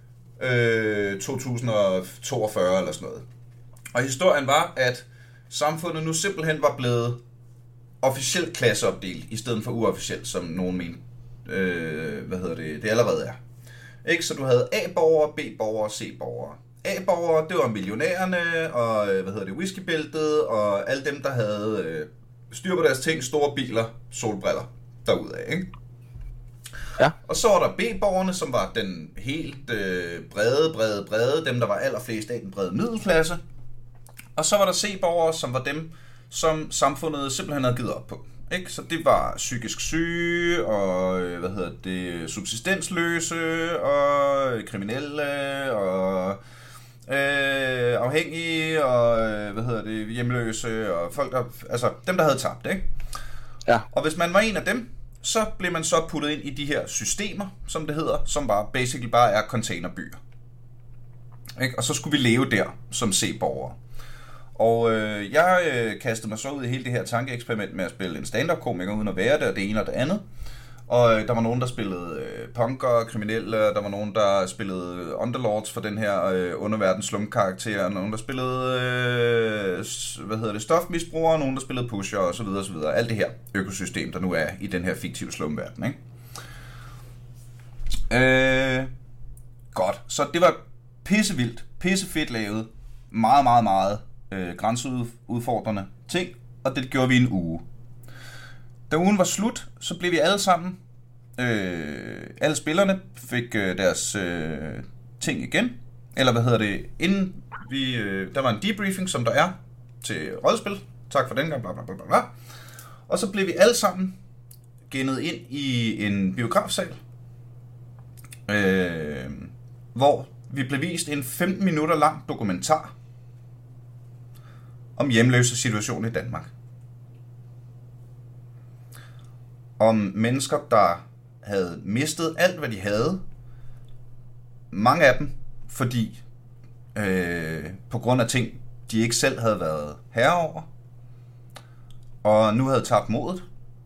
S2: 2042 eller sådan noget. Og historien var, at samfundet nu simpelthen var blevet officielt klasseopdelt, i stedet for uofficielt, som nogen mener, det allerede er. Ikke? Så du havde A-borgere, B-borgere og C-borgere. A-borgere, det var millionærerne, og whiskybæltet, og alle dem, der havde styr på deres ting, store biler, solbriller, derudad, ikke?
S3: Ja.
S2: Og så var der B-borgerne, som var den helt brede, dem der var allerflest af den brede middelklasse. Og så var der C-borgere, som var dem, som samfundet simpelthen havde givet op på. Ikke? Så det var psykisk syge, og subsistensløse, og kriminelle, og afhængige, og hjemløse, og folk, dem, der havde tabt, ikke?
S3: Ja.
S2: Og hvis man var en af dem, så blev man så puttet ind i de her systemer, som det hedder, som basically bare er containerbyer. Ikke? Og så skulle vi leve der som C-borgere. Og jeg kastede mig så ud i hele det her tankeeksperiment med at spille en stand-up-komiker uden at være det, og det ene og det andet. Og der var nogen, der spillede punker, kriminelle, der var nogen, der spillede underlords for den her underverdens slumkarakter, nogen, der spillede stofmisbrugere, nogen, der spillede pusher, og så videre, og så videre. Alt det her økosystem, der nu er i den her fiktive slumverden, ikke? Godt, så det var pissevildt, pissefedt lavet, meget, meget, meget grænseudfordrende ting, og det gjorde vi en uge. Da ugen var slut, så blev vi alle sammen, alle spillerne fik deres ting igen, eller inden vi, der var en debriefing, som der er til rollespil, tak for den gang, bla bla bla bla, og så blev vi alle sammen gennet ind i en biografsal, hvor vi blev vist en 15 minutter lang dokumentar om hjemløse situation i Danmark. Om mennesker, der havde mistet alt, hvad de havde. Mange af dem, fordi på grund af ting, de ikke selv havde været herre over, og nu havde tabt modet.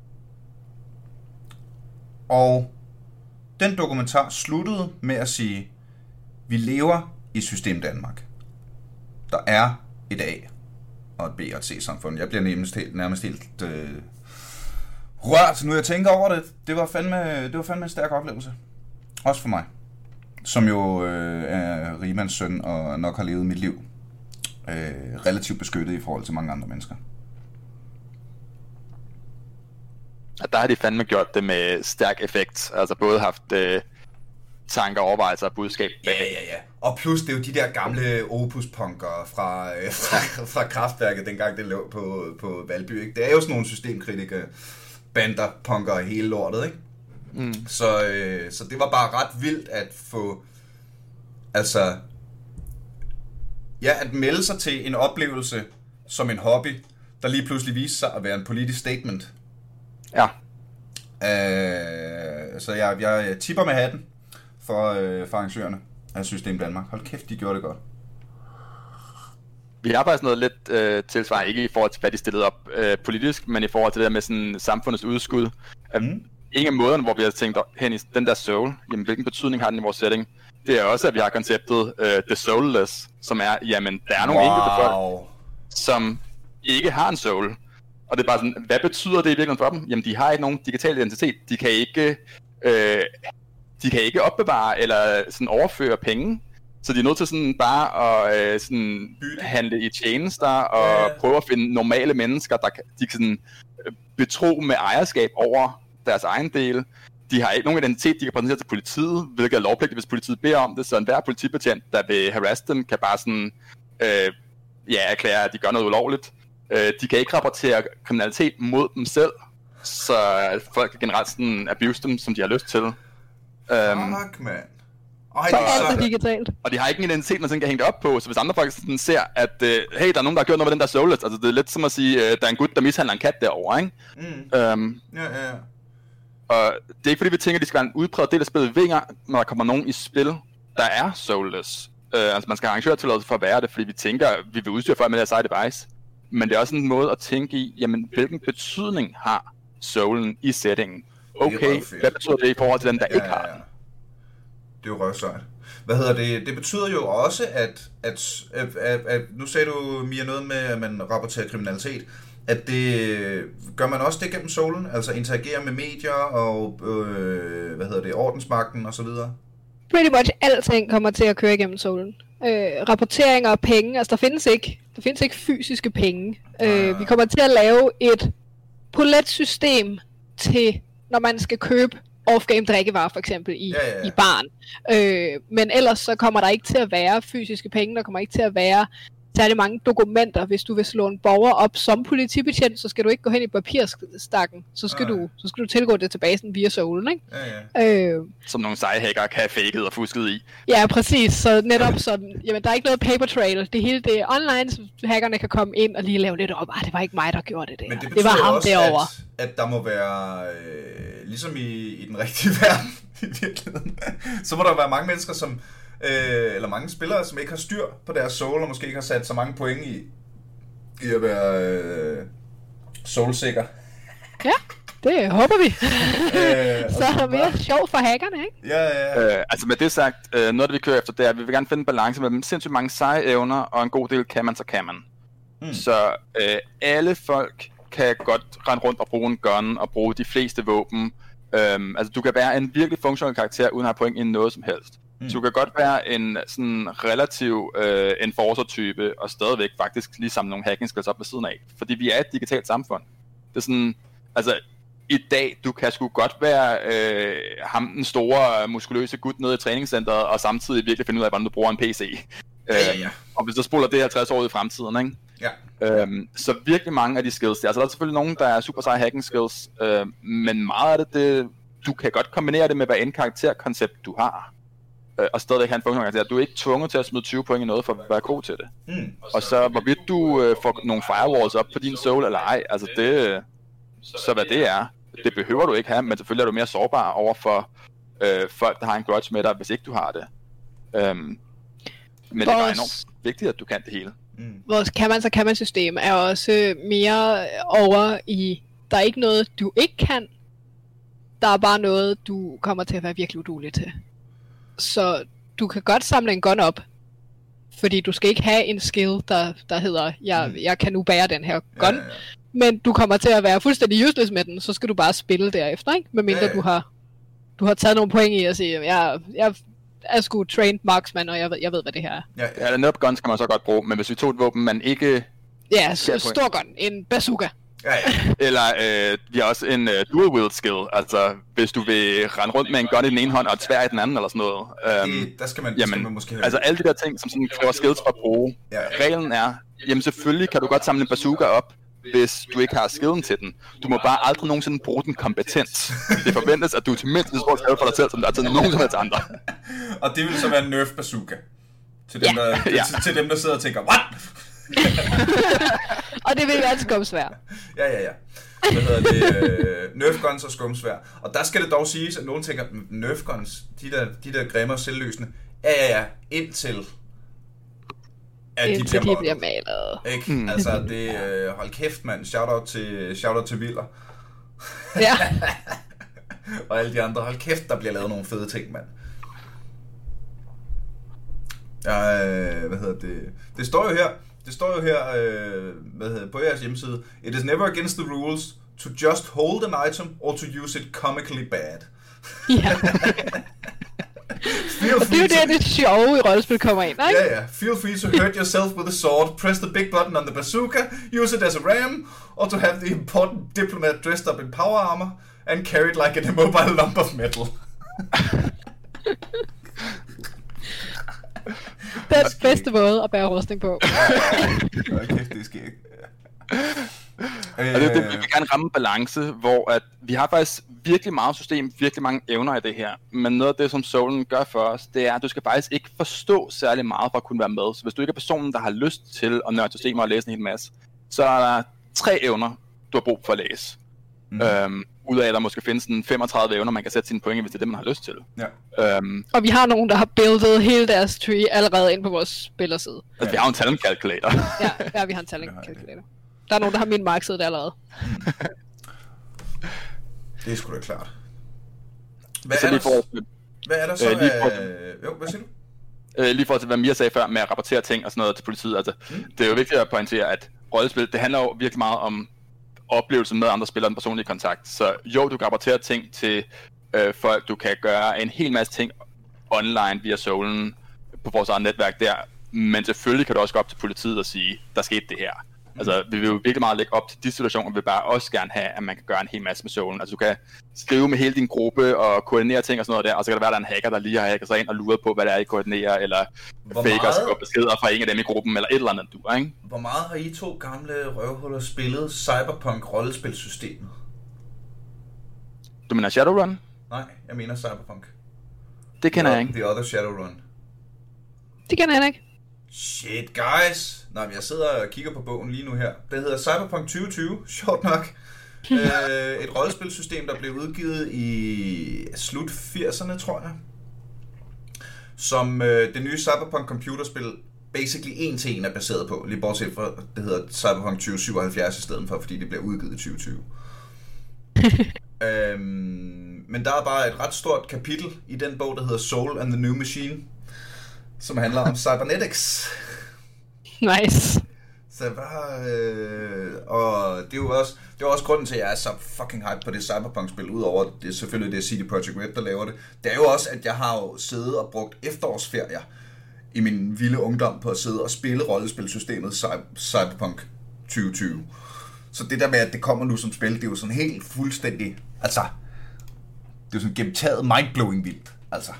S2: Og den dokumentar sluttede med at sige, vi lever i System Danmark. Der er et A og et B og et C-samfund. Jeg bliver nærmest helt rørt, nu jeg tænker over det. Det var fandme en stærk oplevelse. Også for mig. Som jo er rigmands søn og nok har levet mit liv relativt beskyttet i forhold til mange andre mennesker.
S3: Og der har de fandme gjort det med stærk effekt. Altså både haft tanker, overvejelser og budskab.
S2: Ja. Og plus det er jo de der gamle opus-punkere fra Kraftværket, dengang det lå på Valby. Ikke? Det er jo sådan nogle systemkritikere, bander, punkere hele lortet, ikke? Så det var bare ret vildt at få, altså, ja, at melde sig til en oplevelse som en hobby, der lige pludselig viste sig at være en politisk statement.
S3: Ja.
S2: Så jeg tipper med hatten for arrangørerne af System Danmark. Hold kæft, de gjorde det godt.
S3: Vi har faktisk noget lidt tilsvarende, ikke i forhold til, hvad de stillede op politisk, men i forhold til det der med sådan samfundets udskud. En af måderne, hvor vi har tænkt hen i den der soul, jamen hvilken betydning har den i vores setting, det er også, at vi har konceptet The Soulless, som er, jamen der er nogle enkelte folk, som ikke har en soul. Og det er bare sådan, hvad betyder det i virkeligheden for dem? Jamen de har ikke nogen digital identitet. De kan ikke opbevare eller sådan overføre penge. Så de er nødt til sådan bare at sådan handle i tjenester og prøve at finde normale mennesker, de kan sådan betro med ejerskab over deres egen del. De har ikke nogen identitet, de kan præsentere til politiet, hvilket er lovpligtigt, hvis politiet beder om det. Så enhver politibetjent, der vil harasse dem, kan bare sådan erklære, at de gør noget ulovligt. De kan ikke rapportere kriminalitet mod dem selv, så folk kan generelt sådan abuse dem, som de har lyst til.
S2: Fuck, man.
S1: Så alt er digitalt.
S3: Og de har ikke en identitet, man sådan kan hænge det op på, så hvis andre folk sådan ser, at hey, der er nogen, der har gjort noget med den der soulless, altså det er lidt som at sige, der er en gut, der mishandler en kat derovre, ikke?
S2: Ja.
S3: Og det er ikke fordi, vi tænker, at de skal være en udpræget del af spillet vinger, når der kommer nogen i spil, der er soulless. Altså man skal arrangere tilladelse for at være det, fordi vi tænker, at vi vil udstyre folk med det her side device. Men det er også en måde at tænke i, jamen hvilken betydning har soulen i settingen? Okay, hvad betyder det i forhold til den, der ikke har den?
S2: Det er jo røvsejt. Hvad hedder det? Det betyder jo også, at nu sagde du, Mia, noget med, at man rapporterer kriminalitet. At det, gør man også det gennem soulen? Altså interagere med medier og, ordensmagten og så videre?
S1: Pretty much alting kommer til at køre igennem soulen. Rapporteringer og penge, altså der findes ikke fysiske penge. Vi kommer til at lave et polet-system til, når man skal købe off-game drikkevarer for eksempel i baren. Men ellers så kommer der ikke til at være fysiske penge, der kommer ikke til at være særlig mange dokumenter. Hvis du vil slå en borger op som politibetjent, så skal du ikke gå hen i papirstakken. Så skal du tilgå databasen via soulen, ikke?
S3: Som nogle seje hacker kan have faket og fusket i.
S1: Ja, præcis. Så netop sådan, jamen der er ikke noget paper trail. Det hele det er online, så hackerne kan komme ind og lige lave lidt op. Det var ikke mig, der gjorde det der.
S2: Men
S1: det var ham
S2: også,
S1: derovre.
S2: At der må være, ligesom i den rigtige verden i virkeligheden, så må der være mange mennesker, som eller mange spillere, som ikke har styr på deres soul, og måske ikke har sat så mange point i at være soulsikker.
S1: Ja, det håber vi. Så er der mere sjov for hackerne, ikke?
S2: Ja.
S3: Altså med det sagt, noget af det vi kører efter, det er, at vi vil gerne finde en balance mellem sindssygt mange seje evner, og en god del kan man, så kan man. Så alle folk kan godt rende rundt og bruge en gun, og bruge de fleste våben. Altså du kan være en virkelig funktionel karakter, uden at have point i noget som helst. Så du kan godt være en sådan relativ enforcer-type, og stadigvæk faktisk lige samle nogle hacking skills op ved siden af. Fordi vi er et digitalt samfund. Det er sådan, altså i dag, du kan sgu godt være ham den store, muskuløse gut nede i træningscenteret, og samtidig virkelig finde ud af, hvordan du bruger en PC. Og hvis du spoler det 50 år i fremtiden, ikke?
S2: Ja.
S3: Så virkelig mange af de skills, altså der er selvfølgelig nogen, der er super seje hacking skills, men meget af det, du kan godt kombinere det med, hvad end karakterkoncept du har. Og stadigvæk have en funktion karakter. Du er ikke tvunget til at smide 20 point i noget for at være god til det. Og så hvorvidt du får nogle firewalls op på din soul eller ej, altså det, så hvad det er, det behøver du ikke have, men selvfølgelig er du mere sårbar over for folk, der har en grudge med dig, hvis ikke du har det. Men det er bare enormt vigtigt, at du kan det hele.
S1: Vores kan man system er også mere over i, der er ikke noget, du ikke kan, der er bare noget, du kommer til at være virkelig uduelig til. Så du kan godt samle en gun op, fordi du skal ikke have en skill, der hedder, jeg kan nu bære den her gun, men du kommer til at være fuldstændig useless med den, så skal du bare spille derefter, ikke? Medmindre du har taget nogle point i at sige, jeg er sgu trained marksman, og jeg ved, hvad det her er.
S3: Ja, netop guns kan man så godt bruge, men hvis vi tog et våben, man ikke...
S1: Ja, stor gun, en bazooka.
S3: Eller vi har også en dual wield skill, altså hvis du vil rende rundt med en gun i den ene hånd og et sværd i den anden eller sådan noget.
S2: Der skal man måske have.
S3: Altså alle de der ting, som sådan kræver skills for at bruge. Reglen er, jamen selvfølgelig kan du godt samle en bazooka op, hvis du ikke har skillen til den. Du må bare aldrig nogensinde bruge den kompetent. Det forventes, at du til mindst så stor for dig selv, som der er til nogen som helst andre.
S2: Og det vil så være en nerf bazooka. Til dem, til dem, der sidder og tænker, what?
S1: Og det vil være et skumsvær.
S2: Ja. Hvad hedder det? Nerf guns og skumsvær. Og der skal det dog siges, at nogen tænker, nerf guns, de der grimme og selvløsende, ja, indtil
S1: at de bliver malet.
S2: Ikke? Altså, det hold kæft, mand. Shout-out til Willer.
S1: Ja.
S2: Og alle de andre. Hold kæft, der bliver lavet nogle fede ting, mand. Hvad hedder det? Det står jo her, på jeres hjemmeside. It is never against the rules to just hold an item or to use it comically bad.
S1: Ja. Og det er jo det sjove i rollespil kommer ind, ikke?
S2: Ja. Feel free to hurt yourself with a sword, press the big button on the bazooka, use it as a ram, or to have the important diplomat dressed up in power armor and carried like an immobile lump of metal.
S1: Det er den bedste måde at bære rustning på.
S2: Okay, det sker ikke.
S3: Og det vi vil gerne ramme balance, hvor at vi har faktisk virkelig meget system, virkelig mange evner i det her. Men noget af det, som Solen gør for os, det er, at du skal faktisk ikke forstå særlig meget for at kunne være med. Så hvis du ikke er personen, der har lyst til at nørde systemer og læse en hel masse, så er der 3 evner, du har brug for at læse. Ud af, at der måske findes en 35 evner, man kan sætte sine point, hvis det er det, man har lyst til.
S2: Ja.
S1: Og vi har nogen, der har buildet hele deres tree allerede ind på vores spillerside.
S3: Altså, vi har jo en talent calculator.
S1: Ja, vi har en talent calculator. Der er nogen, der har min marksid allerede.
S2: Det er sgu da klart. Hvad er der så hvad siger du?
S3: Lige for at hvad Mia sagde før med at rapportere ting og sådan noget til politiet. Altså, det er jo vigtigt at pointere, at rollespil, det handler jo virkelig meget om oplevelsen med andre spillere og den personlige kontakt. Så jo, du kan rapportere ting til folk, du kan gøre en hel masse ting online via Solen på vores eget netværk der, men selvfølgelig kan du også gå op til politiet og sige, der skete det her. Altså, vi vil jo virkelig meget lægge op til de situationer, vi vil bare også gerne have, at man kan gøre en hel masse med Solen. Altså, du kan skrive med hele din gruppe og koordinere ting og sådan noget der, og så kan der være, der er en hacker, der lige har hacket sig ind og luret på, hvad det er, I koordinerer, eller faker sig op beskeder fra en af dem i gruppen, eller et eller andet, du, ikke?
S2: Hvor meget har I 2 gamle røvhuller spillet Cyberpunk-rollespilsystemet?
S3: Du mener Shadowrun?
S2: Nej, jeg mener Cyberpunk.
S3: Det kender jeg ikke.
S2: The Other Shadowrun.
S1: Det kender jeg ikke.
S2: Shit, guys. Nej, men jeg sidder og kigger på bogen lige nu her. Det hedder Cyberpunk 2020, sjovt nok. Et rollespilsystem, der blev udgivet i slut 80'erne, tror jeg. Som det nye Cyberpunk computerspil basically en til en er baseret på. Lige bortset fra, det hedder Cyberpunk 2077 i stedet for, fordi det bliver udgivet i 2020. Men der er bare et ret stort kapitel i den bog, der hedder Soul and the New Machine, som handler om cybernetics.
S1: Nice.
S2: Så og det er jo også grunden til, at jeg er så fucking hype på det Cyberpunk-spil, udover det selvfølgelig det er CD Projekt Red, der laver det. Det er jo også, at jeg har jo siddet og brugt efterårsferier i min vilde ungdom på at sidde og spille rollespilsystemet Cyberpunk 2020. Så det der med, at det kommer nu som spil, det er jo sådan helt fuldstændig, altså, det er jo sådan gennemtaget mindblowing vildt, altså.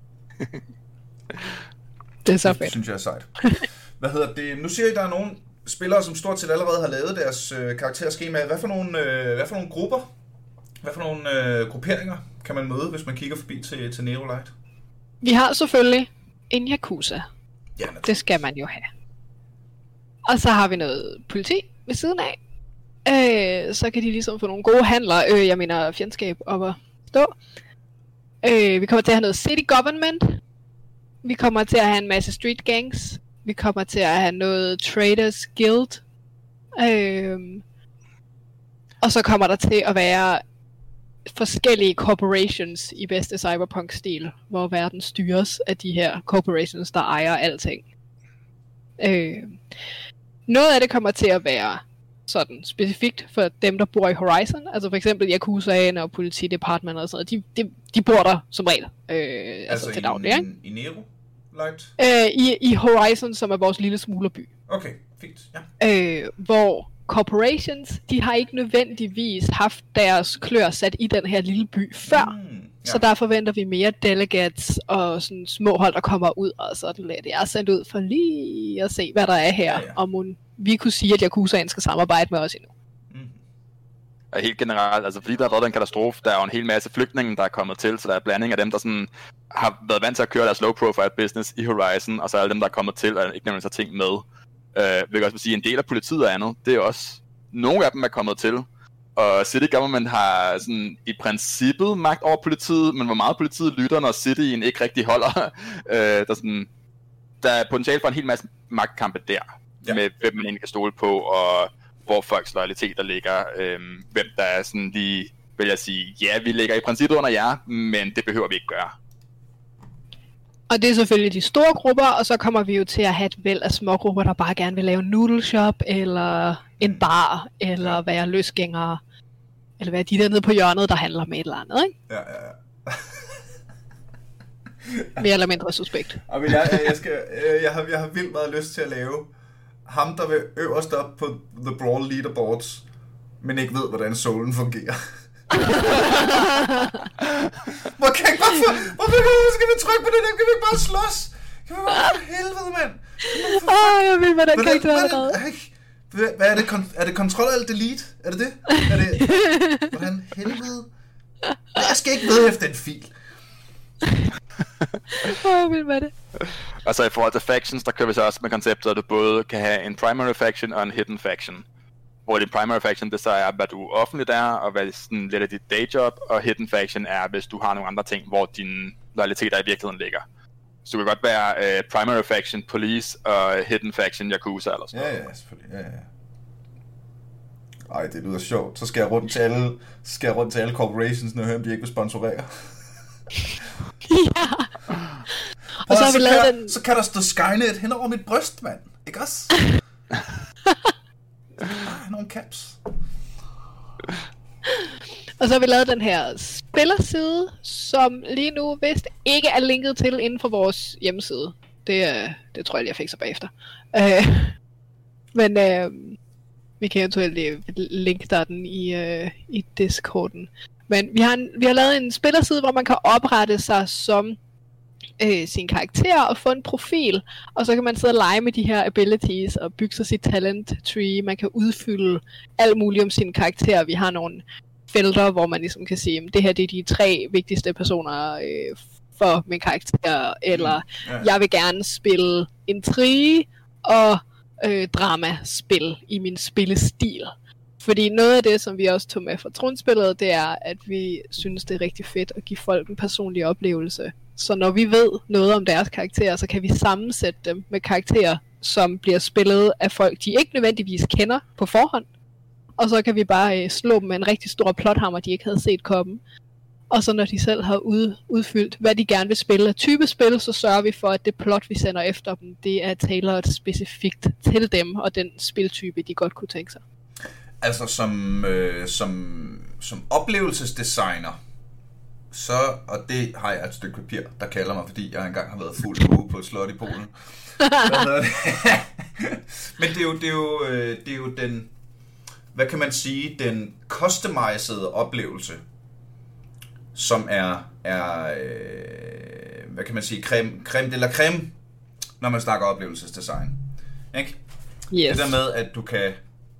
S1: Det er så fedt.
S2: Det synes jeg er sejt. Hvad hedder det? Nu siger I, der er nogle spillere, som stort set allerede har lavet deres karakterskema. Hvad for nogle grupper? Hvad for nogle grupperinger kan man møde, hvis man kigger forbi til Neolight?
S1: Vi har selvfølgelig en Yakuza.
S2: Ja,
S1: det skal man jo have. Og så har vi noget politi ved siden af. Så kan de ligesom få nogle gode handler. Jeg mener fjendskab op at stå. Vi kommer til at have noget city government. Vi kommer til at have en masse street gangs. Vi kommer til at have noget Traders Guild. Og så kommer der til at være forskellige corporations i bedste cyberpunk-stil, hvor verden styres af de her corporations, der ejer alting. Noget af det kommer til at være sådan specifikt for dem, der bor i Horizon. Altså for eksempel Yakuzaen og politidepartment og sådan noget. De bor der som regel. Altså til daglig, ikke?
S2: I Nero? Light?
S1: I Horizon, som er vores lille smuglerby.
S2: Okay, fint. Ja.
S1: Hvor corporations, de har ikke nødvendigvis haft deres klør sat i den her lille by før. Så der forventer vi mere delegates og sådan små hold, der kommer ud og sådan lidt. Jeg er sendt ud for lige at se, hvad der er her. Ja. Om vi kunne sige, at Yakuzaen skal samarbejde med os endnu.
S3: Og helt generelt, altså fordi der har været en katastrofe, der er jo en hel masse flygtninge, der er kommet til, så der er blanding af dem, der sådan har været vant til at køre deres low profile business i Horizon, og så alle dem, der er kommet til, og ikke nemlig så ting med. Vil jeg også sige, en del af politiet og andet, det er også, nogle af dem er kommet til, og City Government har sådan i princippet magt over politiet, men hvor meget politiet lytter, når Cityen ikke rigtig holder, der er potentiale for en hel masse magtkampe der, med hvem man egentlig kan stole på, og hvor folks loyaliteter ligger, hvem der er sådan lige, vil jeg sige, ja, vi ligger i princippet under jer, men det behøver vi ikke gøre.
S1: Og det er selvfølgelig de store grupper, og så kommer vi jo til at have et væld af små grupper, der bare gerne vil lave en noodle shop, eller en bar, eller være løsgængere, eller være de der nede på hjørnet, der handler med et eller andet, ikke?
S2: Ja.
S1: Mere eller mindre suspekt.
S2: Og jeg har vildt meget lyst til at lave ham, der vil øverst op på The Brawl Leaderboards, men ikke ved, hvordan solen fungerer. Hvorfor skal vi trykke på det der? Kan vi ikke bare slås? Kan vi bare for helvede, mand?
S1: Jeg vil med den karakter allerede.
S2: Hvad er det? Er det Ctrl-Alt-Delete? Er det det? Hvordan helvede? Jeg skal ikke vedhæfte en fil.
S1: Jeg vil med det.
S3: Altså i forhold til factions, der kører vi så også med konceptet, at du både kan have en primary faction og en hidden faction. Hvor din primary faction, det så er, hvad du offentligt er, og hvad sådan lidt af dit dayjob, og hidden faction er, hvis du har nogle andre ting, hvor dine loyaliteter i virkeligheden ligger. Så det kan godt være primary faction police og hidden faction yakuza eller sådan noget.
S2: Ja, selvfølgelig. Ja. Ej, det lyder sjovt. Så skal jeg rundt til alle corporations, når jeg hører, om de ikke vil sponsorere.
S1: Ja. Og så har vi lavet den...
S2: Så kan der stå Skynet hen over mit bryst, mand. Ikke også? Nogle caps.
S1: Og så har vi lavet den her spillerside, som lige nu vist ikke er linket til inden for vores hjemmeside. Det tror jeg lige, jeg fikser bagefter. Men vi kan eventuelt linke der den i Discorden. Men vi har lavet en spillerside, hvor man kan oprette sig som sin karakter og få en profil, og så kan man sidde og lege med de her abilities og bygge sig sit talent tree. Man kan udfylde alt muligt om sin karakter. Vi har nogle felter, hvor man ligesom kan sige, at det her det er de 3 vigtigste personer for min karakter, eller jeg vil gerne spille intrige og dramaspil i min spillestil. Fordi noget af det, som vi også tog med fra tronspillet, det er, at vi synes, det er rigtig fedt at give folk en personlig oplevelse. Så når vi ved noget om deres karakterer, så kan vi sammensætte dem med karakterer, som bliver spillet af folk, de ikke nødvendigvis kender på forhånd. Og så kan vi bare slå dem med en rigtig stor plothammer, de ikke havde set komme. Og så når de selv har udfyldt, hvad de gerne vil spille af type spil, så sørger vi for, at det plot, vi sender efter dem, det er tailoret specifikt til dem og den spiltype, de godt kunne tænke sig.
S2: Altså som oplevelsesdesigner, så, og det har jeg et stykke papir, der kalder mig, fordi jeg engang har været fuld på et slot i Polen. Men det er jo den, hvad kan man sige, den customized oplevelse, som er hvad kan man sige, creme de la creme, når man snakker oplevelsesdesign. Ikke?
S1: Yes.
S2: Det der med, at du kan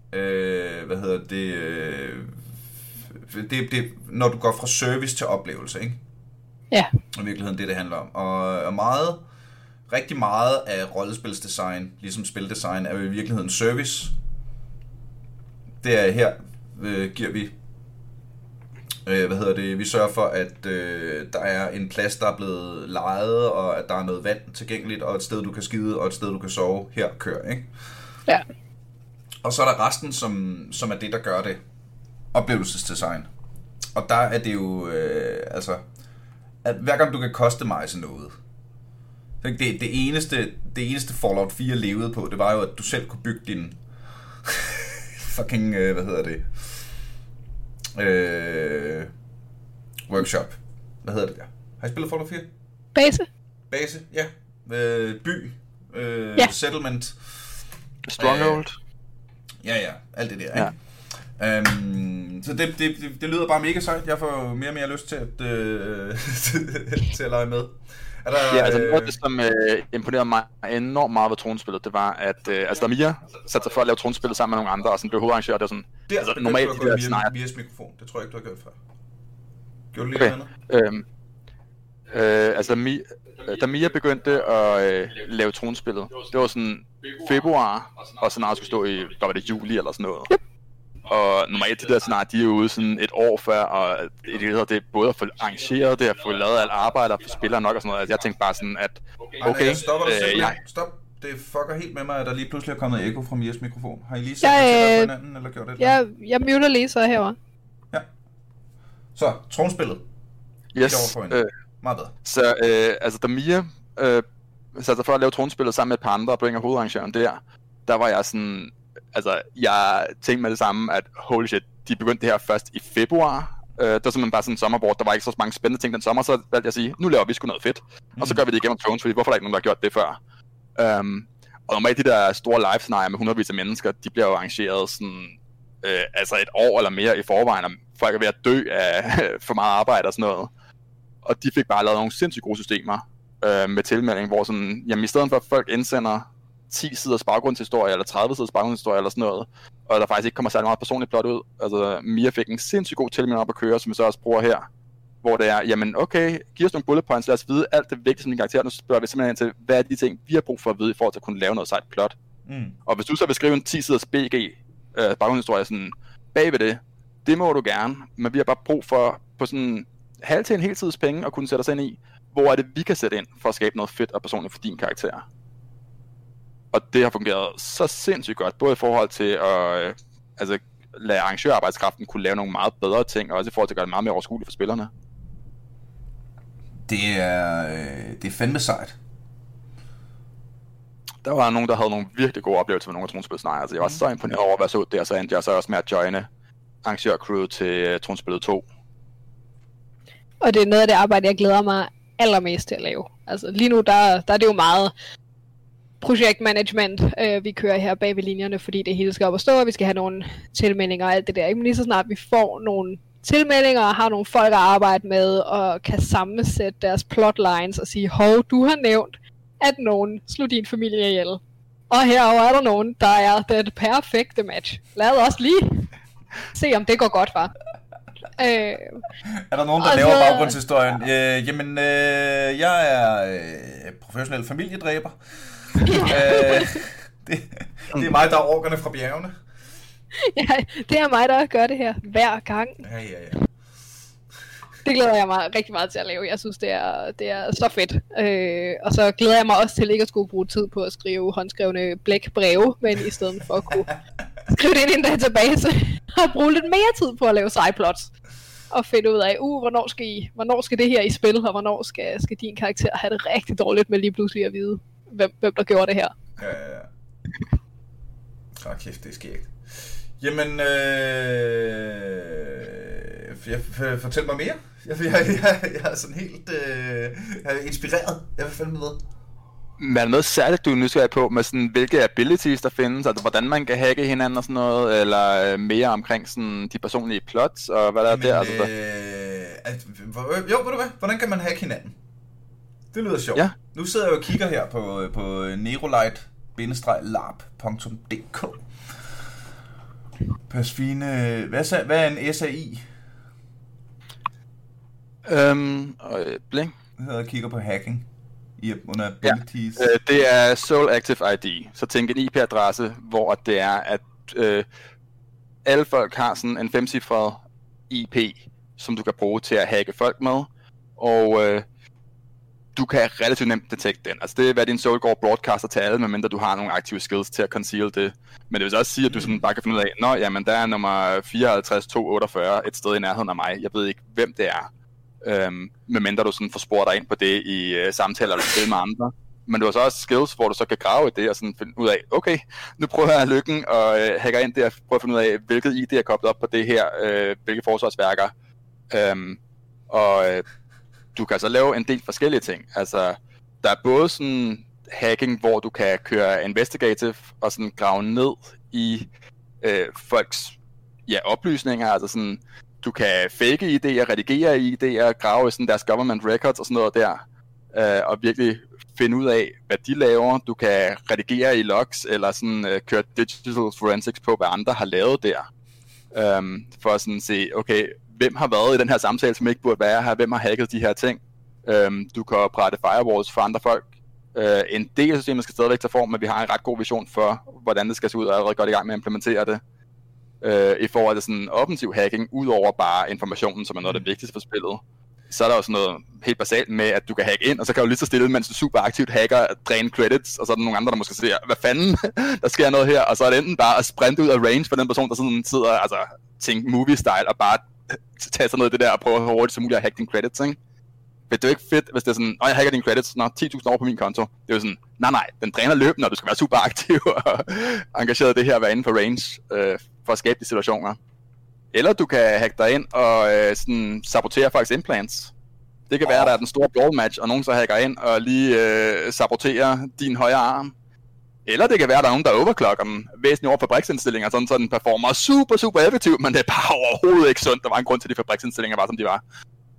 S2: det når du går fra service til oplevelse, ikke?
S1: Ja.
S2: I virkeligheden det handler om. Og rigtig meget af rollespilsdesign, ligesom spildesign, er jo i virkeligheden service. Det er her, giver vi vi sørger for, at der er en plads, der er blevet lejet, og at der er noget vand tilgængeligt, og et sted, du kan skide, og et sted, du kan sove. Her kører, ikke?
S1: Ja.
S2: Og så er der resten, som er det, der gør det. Oplevelsesdesign. Og der er det jo, at hver gang du kan customize noget. Det eneste Fallout 4 levede på, det var jo, at du selv kunne bygge din fucking, workshop. Hvad hedder det der? Har I spillet Fallout 4? Base, ja. By. Settlement.
S3: Stronghold.
S2: Ja, alt det der, ikke? Ja. Så det lyder bare mega sejt. Jeg får mere og mere lyst til at til at lege med. Er der,
S3: Ja, altså noget af det, som imponerede mig enormt meget ved tronspillet, det var, at Damir satte sig for at lave tronspillet sammen med nogle andre, og sådan blev hovedarrangør, det var sådan...
S2: Det er altså, normalt de der scenarier... Mias mikrofon, det tror jeg ikke, du har gjort før. Gjorde du lige noget andet?
S3: Altså, da Mia begyndte at lave tronspillet, det var sådan februar, og scenariet skulle stå i, hvad var det, juli eller sådan noget. Og normalt de der scenarier, de er ude sådan et år før, og det er både at få arrangeret det, at få lavet alt arbejde, og få spillere nok og sådan noget. Altså, jeg tænkte bare sådan, at okay,
S2: stop. Det fucker helt med mig, at der lige pludselig er kommet ekko fra Mias mikrofon. Har I lige sat det på hinanden, eller gjort det?
S1: Jeg muter lige så herovre.
S2: Ja. Så, tronspillet.
S3: Yes.
S2: Meget bedre.
S3: Så altså, da Mia satte sig for at lave tronspillet sammen med et par andre, og bringer hovedarrangøren der var jeg sådan... Altså, jeg tænkte med det samme, at holy shit, de begyndte det her først i februar. Det var simpelthen bare sådan en sommer, hvor der var ikke så mange spændende ting den sommer, så valgte jeg at sige, nu laver vi sgu noget fedt. Og så gør vi det igennem Thrones, fordi hvorfor er der ikke nogen, der har gjort det før? Og normalt de der store live-scenarier med hundredvis af mennesker, de bliver jo arrangeret sådan, altså et år eller mere i forvejen, og folk er ved at dø af for meget arbejde og sådan noget. Og de fik bare lavet nogle sindssygt gode systemer med tilmelding, hvor sådan, jamen i stedet for at folk indsender 10 siders baggrundshistorie, eller 30 siders baggrundshistorie, eller sådan noget, og der faktisk ikke kommer særlig meget personligt plot ud. Altså, Mia fik en sindssygt god tilmelding op at køre, som vi så også bruger her, hvor det er, jamen okay, giv os nogle bullet points, lad os vide alt det vigtige som din karakter, nu spørger vi simpelthen ind til, hvad er de ting, vi har brug for at vide, i forhold til at kunne lave noget sejt plot. Og hvis du så vil skrive en 10 siders BG, baggrundshistorie, sådan, bagved det må du gerne, men vi har bare brug for, på sådan halv til en hel tids penge, at kunne sætte os ind i, hvor er det, vi kan sætte ind, for at skabe noget fedt og personligt for din karakter. Og det har fungeret så sindssygt godt, både i forhold til at lade arrangørarbejdskraften kunne lave nogle meget bedre ting, og også i forhold til at gøre det meget mere overskueligt for spillerne.
S2: Det er fandme sejt.
S3: Der var nogen, der havde nogle virkelig gode oplevelser med nogle af tronspilscenarier. Altså, jeg var så imponeret over, hvad jeg så der, så endte jeg så også med at joine arrangørcrewet til tronspillet 2.
S1: Og det er noget af det arbejde, jeg glæder mig allermest til at lave. Altså lige nu, der er det jo meget projektmanagement, vi kører her bag ved linjerne, fordi det hele skal op og stå, og vi skal have nogle tilmeldinger og alt det der. Ikke? Men lige så snart vi får nogle tilmeldinger og har nogle folk at arbejde med, og kan sammensætte deres plotlines og sige, hov, du har nævnt, at nogen slog din familie ihjel. Og herover er der nogen, der er det perfekte match. Lad os lige se, om det går godt, var.
S2: Er der nogen, der laver baggrundshistorien? Jeg er professionel familiedræber. Det er mig, der er orkerne fra bjergene.
S1: Ja, det er mig, der gør det her hver gang.
S2: Ja.
S1: Det glæder jeg mig rigtig meget til at lave. Jeg synes, det er så fedt. Og så glæder jeg mig også til ikke at skulle bruge tid på at skrive håndskrevne blækbreve, men i stedet for at kunne skrive det ind i en database og bruge lidt mere tid på at lave sideplots. Og finde ud af, hvornår skal det her i spil, og hvornår skal din karakter have det rigtig dårligt med lige pludselig at vide, hvem der gjorde det her.
S2: Ja. Kæft, det er skægt. Jamen, fortæl mig mere. Jeg er sådan helt jeg er inspireret. Jeg vil følge med.
S3: Men er der noget særligt, du er nysgerrig på, med sådan, hvilke abilities der findes, altså hvordan man kan hacke hinanden og sådan noget, eller mere omkring sådan, de personlige plots, og hvad der er der? Altså,
S2: jo, ved du hvad? Hvordan kan man hacke hinanden? Det lyder sjovt.
S3: Ja.
S2: Nu sidder jeg og kigger her på nerolite-lab.dk. Pasfine, hvad er en SAI?
S3: Blink.
S2: Jeg hedder og kigger på hacking. Under abilities.
S3: Ja, det er Sole Active ID. Så tænk en IP-adresse, hvor det er, at alle folk har sådan en 5-cifret IP, som du kan bruge til at hacke folk med. Og du kan relativt nemt detekte den. Altså det er, hvad din Soul går broadcaster til alle, medmindre du har nogle aktive skills til at conceal det. Men det vil også sige, at du sådan bare kan finde ud af, jamen der er nummer 54248 et sted i nærheden af mig. Jeg ved ikke, hvem det er. Medmindre du sådan får spurgt dig ind på det i samtaler eller spil med andre. Men du har så også skills, hvor du så kan grave i det og sådan finde ud af, okay, nu prøver jeg lykken og hacker ind der, prøver at finde ud af, hvilket ID er koblet op på det her, hvilke forsvarsværker. Du kan så lave en del forskellige ting. Altså, der er både sådan hacking, hvor du kan køre investigative og sådan grave ned i folks oplysninger, altså sådan du kan fake ID'er, redigere ID'er, grave i sådan deres government records og sådan noget der. og virkelig finde ud af, hvad de laver. Du kan redigere i logs, eller sådan køre digital forensics på, hvad andre har lavet der. For at sådan se, okay, hvem har været i den her samtale, som ikke burde være her? Hvem har hacket de her ting? Du kan oprette firewalls for andre folk. En del af systemet skal stadigvæk tage form, men vi har en ret god vision for, hvordan det skal se ud, og allerede godt i gang med at implementere det. I forhold til sådan offensiv hacking, ud over bare informationen, som er noget af det vigtigste for spillet. Så er der også noget helt basalt med, at du kan hacke ind, og så kan du lige så stille, mens du super aktivt hacker, dræne credits, og så er der nogle andre, der måske siger, hvad fanden, der sker noget her, og så er det enten bare at sprinte ud af range for den person, der sådan sidder, altså, tænk movie-style, og bare tage sig noget af det der, og prøve hurtigt som muligt at hacke dine credits, ikke? Men det er jo ikke fedt, hvis det er sådan, jeg hacker dine credits, 10.000 over på min konto. Det er jo sådan, nej, den dræner løbende, og du skal være super aktiv og engageret i det her at være inden for range, for at skabe de situationer. Eller du kan hacke dig ind og sådan sabotere folks implants. Det kan være, at der er den store brawl match, og nogen så hacker ind og lige saboterer din højre arm. Eller det kan være, at der er nogen, der overclocker den væsentligt over fabriksindstillinger, sådan så den performer super, super effektivt, men det er bare overhovedet ikke sundt. Der var en grund til, at de fabriksindstillinger var, som de var.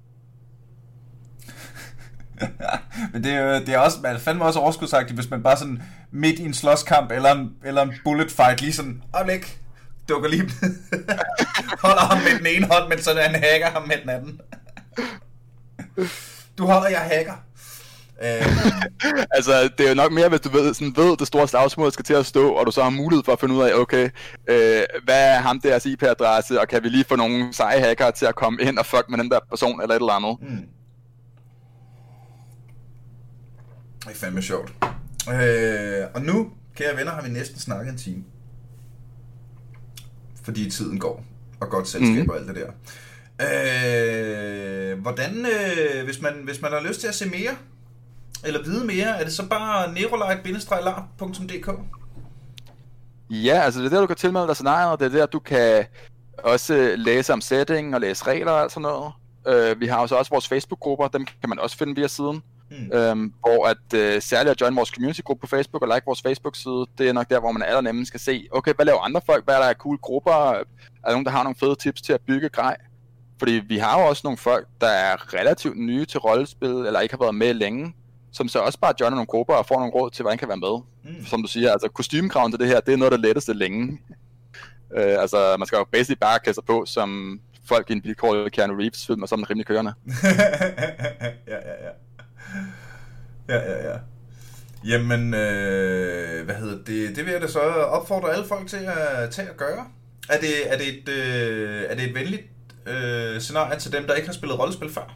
S2: Men det er også, man er fandme også overskudsagtigt, hvis man bare sådan midt i en slåskamp eller en bullet fight lige sådan, øjeblik, dukker lige holder ham med den ene hånd, men så han hacker ham med den anden. Du holder, jeg hacker.
S3: Altså, det er jo nok mere, hvis du ved det store slagsmål skal til at stå, og du så har mulighed for at finde ud af, okay, hvad er ham deres IP-adresse, og kan vi lige få nogle seje hackere til at komme ind og fuck med den der person, eller et eller andet.
S2: Det er fandme sjovt. Og nu, kære venner, har vi næsten snakket en time. Fordi tiden går, og godt selskab og alt det der. Hvordan, hvis man har lyst til at se mere, eller vide mere, er det så bare nerolight-lab.dk?
S3: Ja, altså det er der, du kan tilmelde dig scenariet, og det er der, du kan også læse om setting og læse regler og alt sådan noget. Vi har også vores Facebook-grupper, dem kan man også finde via siden. Hvor at særligt at join vores community-gruppe på Facebook og like vores Facebook-side, det er nok der, hvor man allernemmest skal se, okay, hvad laver andre folk, hvad er der af cool grupper, er der nogen, der har nogle fede tips til at bygge grej? Fordi vi har jo også nogle folk, der er relativt nye til rollespil, eller ikke har været med længe, som så også bare joiner nogle grupper og får nogle råd til, hvordan kan være med. Som du siger, altså kostymekraven til det her, det er noget af det letteste længe. Altså, man skal jo basically bare kaste sig på, som folk i en vilkår Keanu Reeves film, og så er man rimelig kørende.
S2: Ja. Jamen, hvad hedder det? Det vil jeg da så opfordre alle folk til at gøre. Er det et venligt scenarie til dem, der ikke har spillet rollespil før?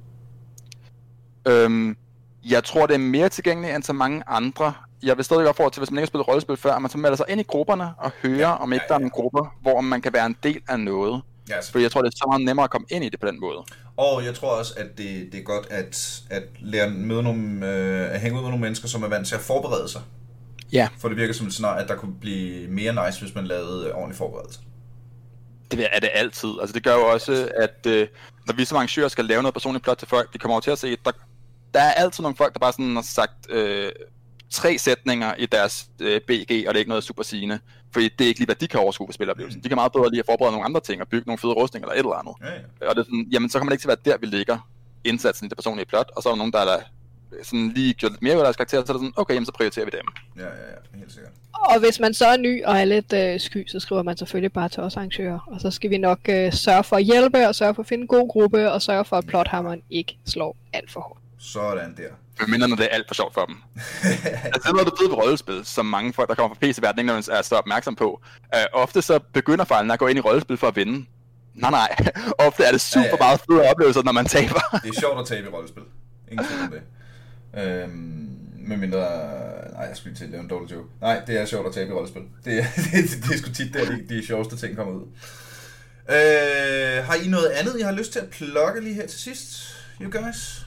S3: Jeg tror, det er mere tilgængeligt end så mange andre. Jeg vil stadig opfordre til, hvis man ikke har spillet rollespil før, at man så melder sig ind i grupperne og hører, om ikke der er nogle grupper, hvor man kan være en del af noget. Ja, for jeg tror, det er så meget nemmere at komme ind i det på den måde.
S2: Og jeg tror også, at det er godt at lære at hænge ud med nogle mennesker, som er vant til at forberede sig.
S3: Ja.
S2: For det virker som et scenarie, at der kunne blive mere nice, hvis man lavede ordentlig forberedelse.
S3: Det er det altid. Altså det gør jo også, at når vi som arrangører skal lave noget personligt plot til folk, vi kommer over til at se, der er altid nogle folk, der bare sådan har sagt 3 sætninger i deres BG, og det er ikke noget super sigende. Fordi det er ikke lige, hvad de kan overskue på spiloplevelsen. De kan meget bedre lige at forberede nogle andre ting, og bygge nogle fede rustninger eller et eller andet. Ja. Og det er sådan, jamen så kan man ikke se, hvad der vi ligger indsatsen i det personlige plot, og så er der nogen, der sådan lige gjort lidt mere ud af deres karakterer, så er det sådan, okay, jamen så prioriterer vi dem.
S2: Ja, helt sikkert.
S1: Og hvis man så er ny og er lidt sky, så skriver man selvfølgelig bare til os arrangører, og så skal vi nok sørge for at hjælpe, og sørge for at finde en god gruppe, og sørge for, at plothammeren ikke slår alt for hårdt.
S2: Sådan der.
S3: Jeg mener, når det er alt for sjovt for dem. Altså, det er noget, der ved på rollespil, som mange folk, der kommer fra PC-verdenen, ikke er så opmærksom på. Ofte så begynder fejlen at gå ind i rollespil for at vinde. Nej. Ofte er det super meget fede oplevelser, når man taber.
S2: Det er sjovt at tabe i rollespil. Ingen tvivl om det. Med mindre... Nej, jeg skulle til at lave en dårlig joke. Nej, det er sjovt at tabe i rollespil. Det er sgu tit der, de sjoveste ting kommer ud. Har I noget andet, I har lyst til at plukke lige her til sidst, you guys?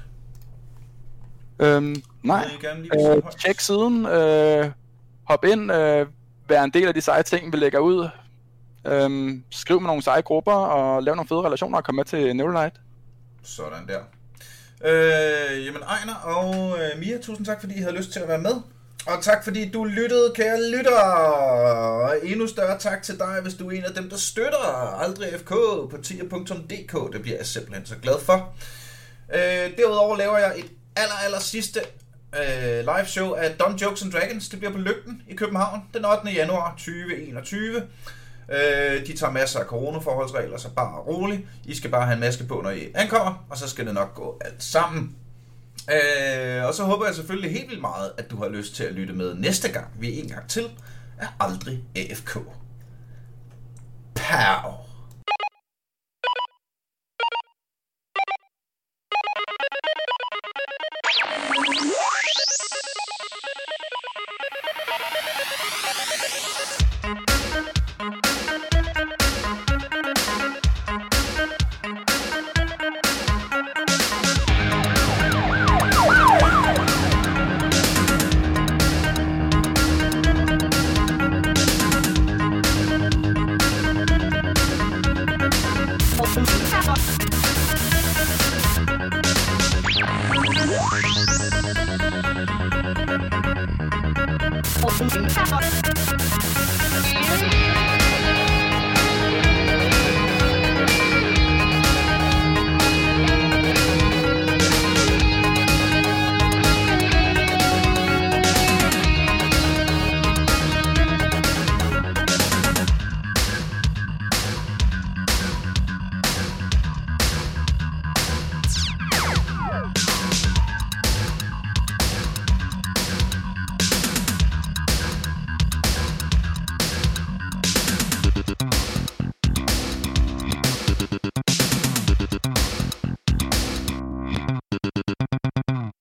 S3: Nej. Tjek siden. Hop ind. Vær en del af de seje ting, vi lægger ud. Skriv med nogle seje grupper, og lav nogle fede relationer, og kom med til Neurolight.
S2: Sådan der. Jamen Ejner og Mia, tusind tak, fordi I havde lyst til at være med. Og tak, fordi du lyttede, kære lytter. Og endnu større tak til dig, hvis du er en af dem, der støtter Aldrig FK på tier.dk. Det bliver jeg simpelthen så glad for. Derudover laver jeg et aller sidste live show af Dumb Jokes and Dragons. Det bliver på Lygten i København den 8. januar 2021. De tager masser af coronaforholdsregler, så bare rolig. I skal bare have en maske på, når I ankommer, og så skal det nok gå alt sammen. Og så håber jeg selvfølgelig helt vildt meget, at du har lyst til at lytte med næste gang, vi en gang til er Aldrig AFK. Pow!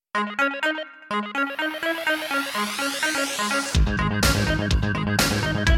S4: Thank you.